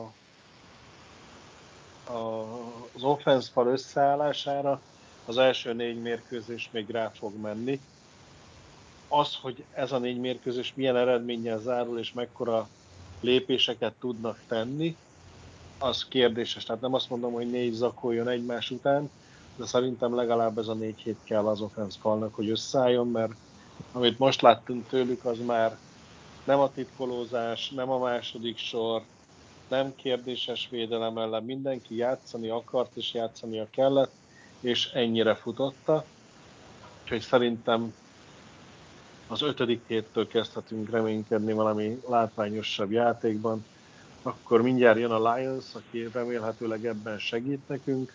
a, az offense fal összeállására az első négy mérkőzés még rá fog menni. Az, hogy ez a négy mérkőzés milyen eredménnyel zárul, és mekkora lépéseket tudnak tenni, az kérdéses. Tehát nem azt mondom, hogy négy zakoljon egymás után, de szerintem legalább ez a négy hét kell az offense falnak, hogy összeálljon, mert amit most láttunk tőlük, az már nem a titkolózás, nem a második sor, nem kérdéses védelem ellen, mindenki játszani akart és játszania kellett, és ennyire futotta. Úgyhogy szerintem az ötödik héttől kezdhetünk reménykedni valami látványosabb játékban. Akkor mindjárt jön a Lions, aki remélhetőleg ebben segít nekünk.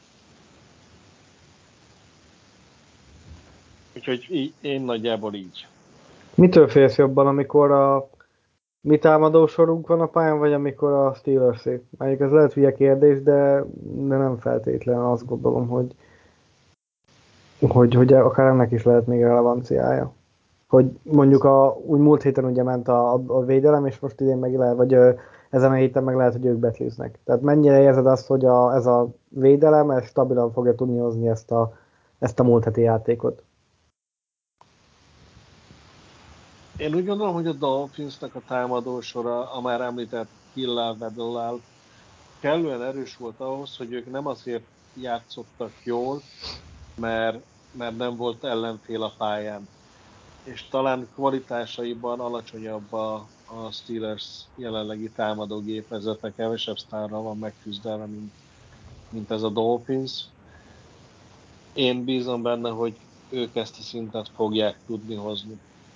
Úgyhogy így, én nagyjából így. Mitől félsz jobban, amikor a mi támadó sorunk van a pályán, vagy amikor a Steelers-é? Mondjuk ez lehet hülye kérdés, de, de nem feltétlenül azt gondolom, hogy, hogy, hogy akár ennek is lehet még relevanciája. Hogy mondjuk a, úgy múlt héten ugye ment a, a védelem, és most idén meg lehet, vagy ö, ezen a héten meg lehet, hogy ők betliznek. Tehát mennyire érzed azt, hogy a, ez a védelem ez stabilan fogja tudni hozni ezt a, ezt a múlt heti játékot? Én úgy gondolom, hogy a Dolphinsnak a támadósora, a már említett Hillel, Vedellel kellően erős volt ahhoz, hogy ők nem azért játszottak jól, mert, mert nem volt ellenfél a pályán. És talán kvalitásaiban alacsonyabb a, a Steelers jelenlegi támadógépezete, kevesebb sztárral van megküzdelve, mint, mint ez a Dolphins. Én bízom benne, hogy ők ezt a szintet fogják tudni hozni.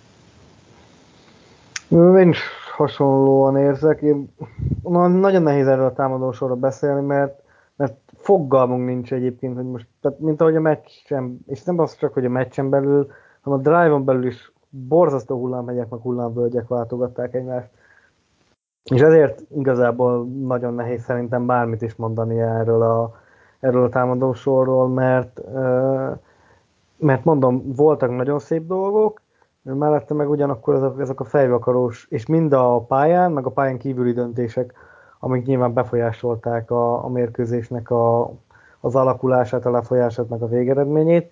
Én is hasonlóan érzek. Én, nagyon nehéz erről a támadósorról beszélni, mert, mert fogalmunk nincs egyébként, hogy most, tehát mint ahogy a meccsen, és nem az csak, hogy a meccsen belül, hanem a drive-on belül is borzasztó hullámhegyek, meg hullámvölgyek váltogatták egymást. És ezért igazából nagyon nehéz szerintem bármit is mondani erről a, erről a támadósorról, mert, mert mondom, voltak nagyon szép dolgok, mellette meg ugyanakkor ezek a fejvakarós, és mind a pályán, meg a pályán kívüli döntések, amik nyilván befolyásolták a, a mérkőzésnek a, az alakulását, a lefolyását, meg a végeredményét.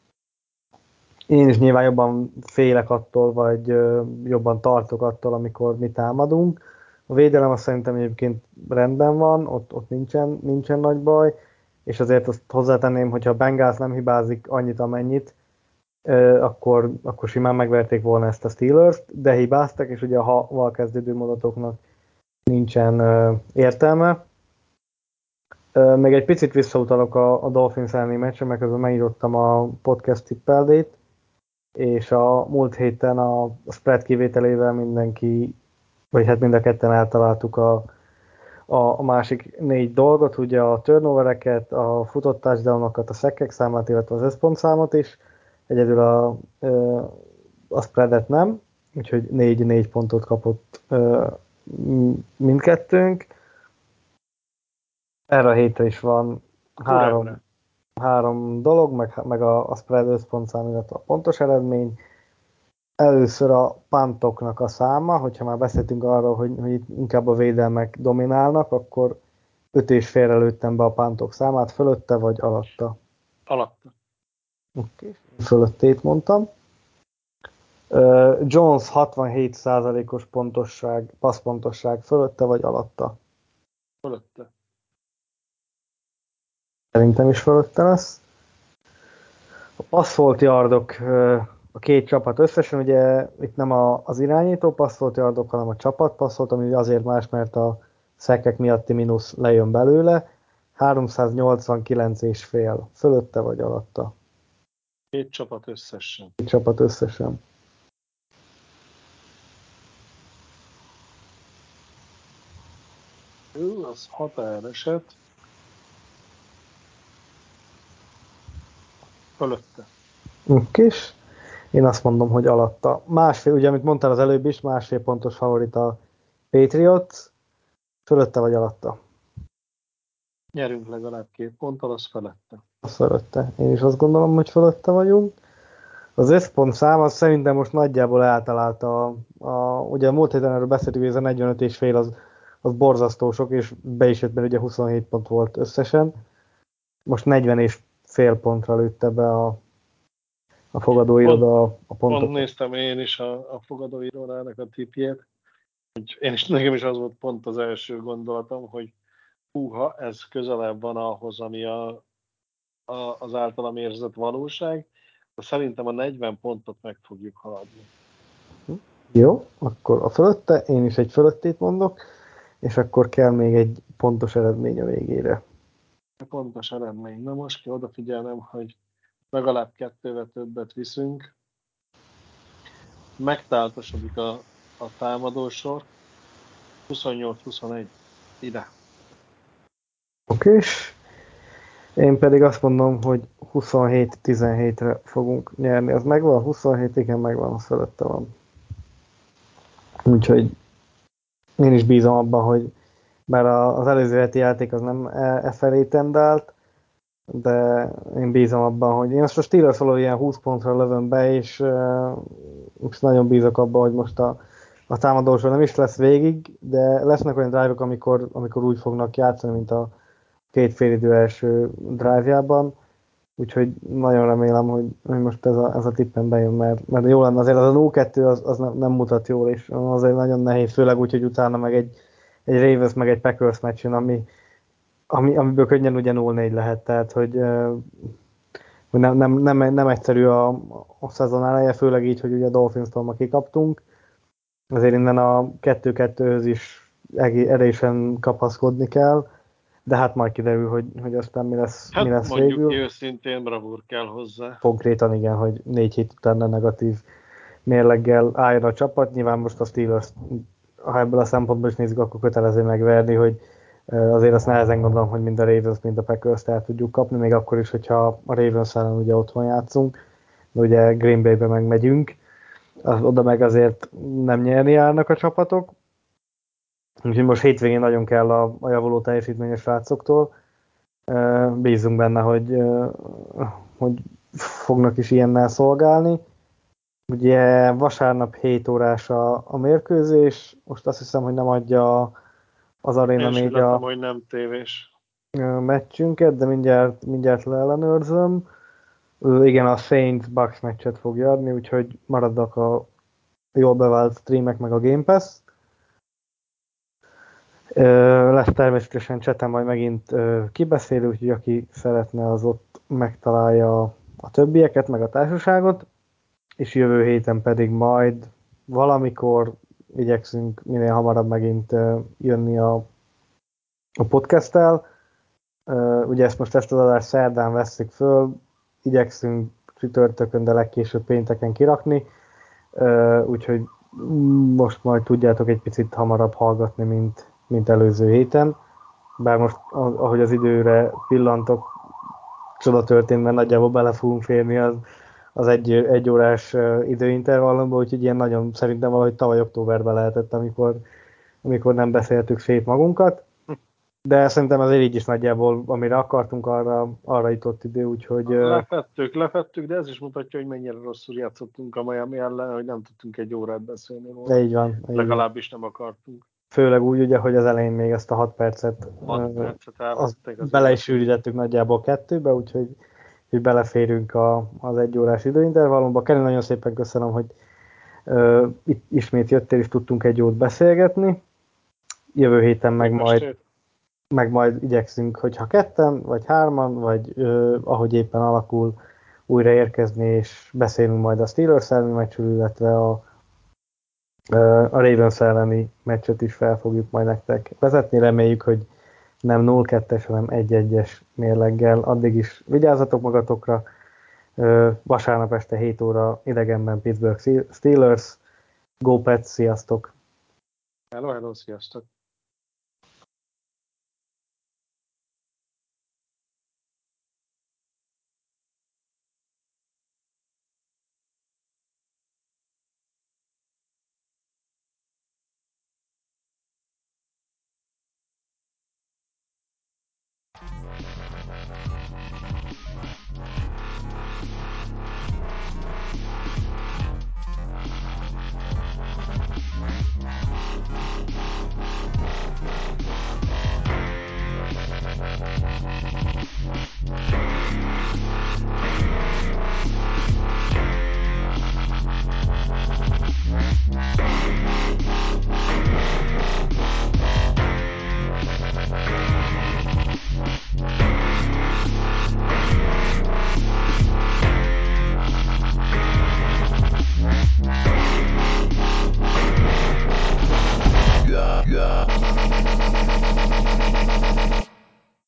Én is nyilván jobban félek attól, vagy jobban tartok attól, amikor mi támadunk. A védelem azt szerintem egyébként rendben van, ott, ott nincsen, nincsen nagy baj, és azért azt hozzátenném, hogyha a Bengals nem hibázik annyit, amennyit, akkor, akkor simán megverték volna ezt a Steelers-t, de hibáztak, és ugye a ha-val kezdődő mondatoknak nincsen értelme. Még egy picit visszautalok a, a Dolphins elleni meccsre, mert közben megírottam a podcast tippeldét, és a múlt héten a spread kivételével mindenki, vagy hát mind a ketten eltaláltuk a, a, a másik négy dolgot, ugye a turnovereket, a futott touchdownokat, a sackek számát, illetve az összpontszámot is, egyedül a, a spreadet nem, úgyhogy négy-négy pontot kapott mindkettőnk. Erre a hétre is van három, három dolog, meg, meg a, a spread összpontszám, illetve a pontos eredmény. Először a puntoknak a száma, hogyha már beszéltünk arról, hogy, hogy itt inkább a védelmek dominálnak, akkor öt és félre lőttem be a puntok számát, fölötte vagy alatta? Alatta. Oké, okay. Fölöttét mondtam. Uh, Jones hatvanhét százalékos pontosság, passzpontosság fölötte vagy alatta? Fölötte. Szerintem is fölötte lesz. A passzolt yardok a két csapat összesen, ugye itt nem a, az irányító passzolt yardok, hanem a csapat passzolt, ami azért más, mert a szekek miatti mínusz lejön belőle. háromszáznyolcvankilenc és fél. Fölötte vagy alatta? Két csapat összesen. Két csapat összesen. Ő, az határeset. Fölötte. Kis. Én azt mondom, hogy alatta. Másfél, ugye, amit mondtál az előbb is, másfél pontos favorit a Patriots. Fölötte vagy alatta? Nyerünk legalább két ponttal, az felette. Az fölötte. Én is azt gondolom, hogy fölötte vagyunk. Az összpont szám az szerintem most nagyjából eltalálta. A, a, ugye a múlt héten erről beszéltük, hogy ez a negyvenöt és fél az, az borzasztó sok, és be is jött, mert ugye huszonhét pont volt összesen. Most negyven és fél pontra lőtte be a, a fogadóiroda a pontokat. Pont néztem én is a, a fogadóirodának a tipjét. Én is, nekem is az volt pont az első gondolatom, hogy húha, ez közelebb van ahhoz, ami a, a, az általam érzett valóság. De szerintem a negyven pontot meg fogjuk haladni. Jó, akkor a fölötte, én is egy fölöttét mondok, és akkor kell még egy pontos eredmény a végére. Pontos eredmény. Na most kell odafigyelnem, hogy legalább kettővel többet viszünk. Megtáltosodik a, a támadósor. huszonnyolc huszonegy. Ide. Okés. Én pedig azt mondom, hogy huszonhét tizenhétre fogunk nyerni. Az megvan? huszonhét, igen, megvan, az fölötte van. Úgyhogy én is bízom abban, hogy bár az előző heti játék az nem e felé tendált, de én bízom abban, hogy én most a Steelers való ilyen húsz pontra lövöm be, és uh, most nagyon bízok abban, hogy most a, a támadósor nem is lesz végig, de lesznek olyan drive-ok, amikor, amikor úgy fognak játszani, mint a két félidő első drive-jában, úgyhogy nagyon remélem, hogy, hogy most ez a, ez a tippen bejön, mert, mert jó lenne azért, az a nulla kettő az, az nem, nem mutat jól, és azért nagyon nehéz, főleg úgy, hogy utána meg egy, egy Ravens meg egy Packers meccsen, ami, ami, amiből könnyen ugye nulla négy lehet, tehát hogy, hogy nem, nem, nem, nem egyszerű a, a szezon eleje, főleg így, hogy ugye Dolphins-tól ma kikaptunk, azért innen a kettő kettőhöz is erősen kapaszkodni kell, de hát majd kiderül, hogy, hogy aztán mi lesz, Hát mi lesz mondjuk végül. őszintén bravúr kell hozzá. Konkrétan igen, hogy négy hét után a negatív mérleggel álljon a csapat. Nyilván most a Steelers, ha ebből a szempontból is nézzük, akkor kötelező megverni, hogy azért azt nehezen gondolom, hogy mind a Ravens, mind a Packers-t el tudjuk kapni, még akkor is, hogyha a Ravens ellen ugye otthon játszunk, de ugye Green Bay-be megmegyünk, az, oda meg azért nem nyerni állnak a csapatok. Úgyhogy most hétvégén nagyon kell a, a javuló teljesítményes srácoktól. Bízunk benne, hogy, hogy fognak is ilyennel szolgálni. Ugye vasárnap hét órás a, a mérkőzés, most azt hiszem, hogy nem adja az Arena négy a hogy nem tévés meccsünket, de mindjárt, mindjárt leellenőrzöm. Igen, a Saints Bucks meccset fogja adni, úgyhogy maradnak a jól bevált streamek meg a Game Pass. Lesz természetesen cseten majd megint kibeszélő, úgyhogy aki szeretne, az ott megtalálja a többieket, meg a társaságot, és jövő héten pedig majd valamikor igyekszünk minél hamarabb megint jönni a, a podcasttel. Ugye ezt most ezt az adást szerdán vesszük föl, igyekszünk csütörtökön, de legkésőbb pénteken kirakni, úgyhogy most majd tudjátok egy picit hamarabb hallgatni, mint, mint előző héten. Bár most, ahogy az időre pillantok, csoda történt, mert nagyjából bele fogunk férni az, az egy, egy órás időintervallumba, úgyhogy ilyen nagyon szerintem valahogy tavaly októberben lehetett, amikor, amikor nem beszéltük szét magunkat. De szerintem azért így is nagyjából, amire akartunk, arra, arra jutott idő, úgyhogy... Lefettük, lefettük, de ez is mutatja, hogy mennyire rosszul játszottunk a Miami ellen, hogy nem tudtunk egy órát beszélni róla. Így van. Így Legalábbis nem akartunk. Főleg úgy, ugye, hogy az elején még ezt a hat percet, hat percet azt bele is sűrítettük nagyjából kettőbe, úgyhogy hogy beleférünk a, az egy órás időintervallumba. Kenny, nagyon szépen köszönöm, hogy uh, itt ismét jöttél, és tudtunk egy jót beszélgetni. Jövő héten meg majd, meg majd igyekszünk, hogyha ketten, vagy hárman, vagy uh, ahogy éppen alakul, újra érkezni, és beszélünk majd a Steelers elleni meccsről, illetve a, a Ravens elleni meccset is fel fogjuk majd nektek vezetni. Reméljük, hogy nem nulla kettes, hanem egy egyes mérleggel. Addig is vigyázzatok magatokra. Vasárnap este hét óra idegenben Pittsburgh Steelers. Go Pets, sziasztok! Hello, hello, sziasztok!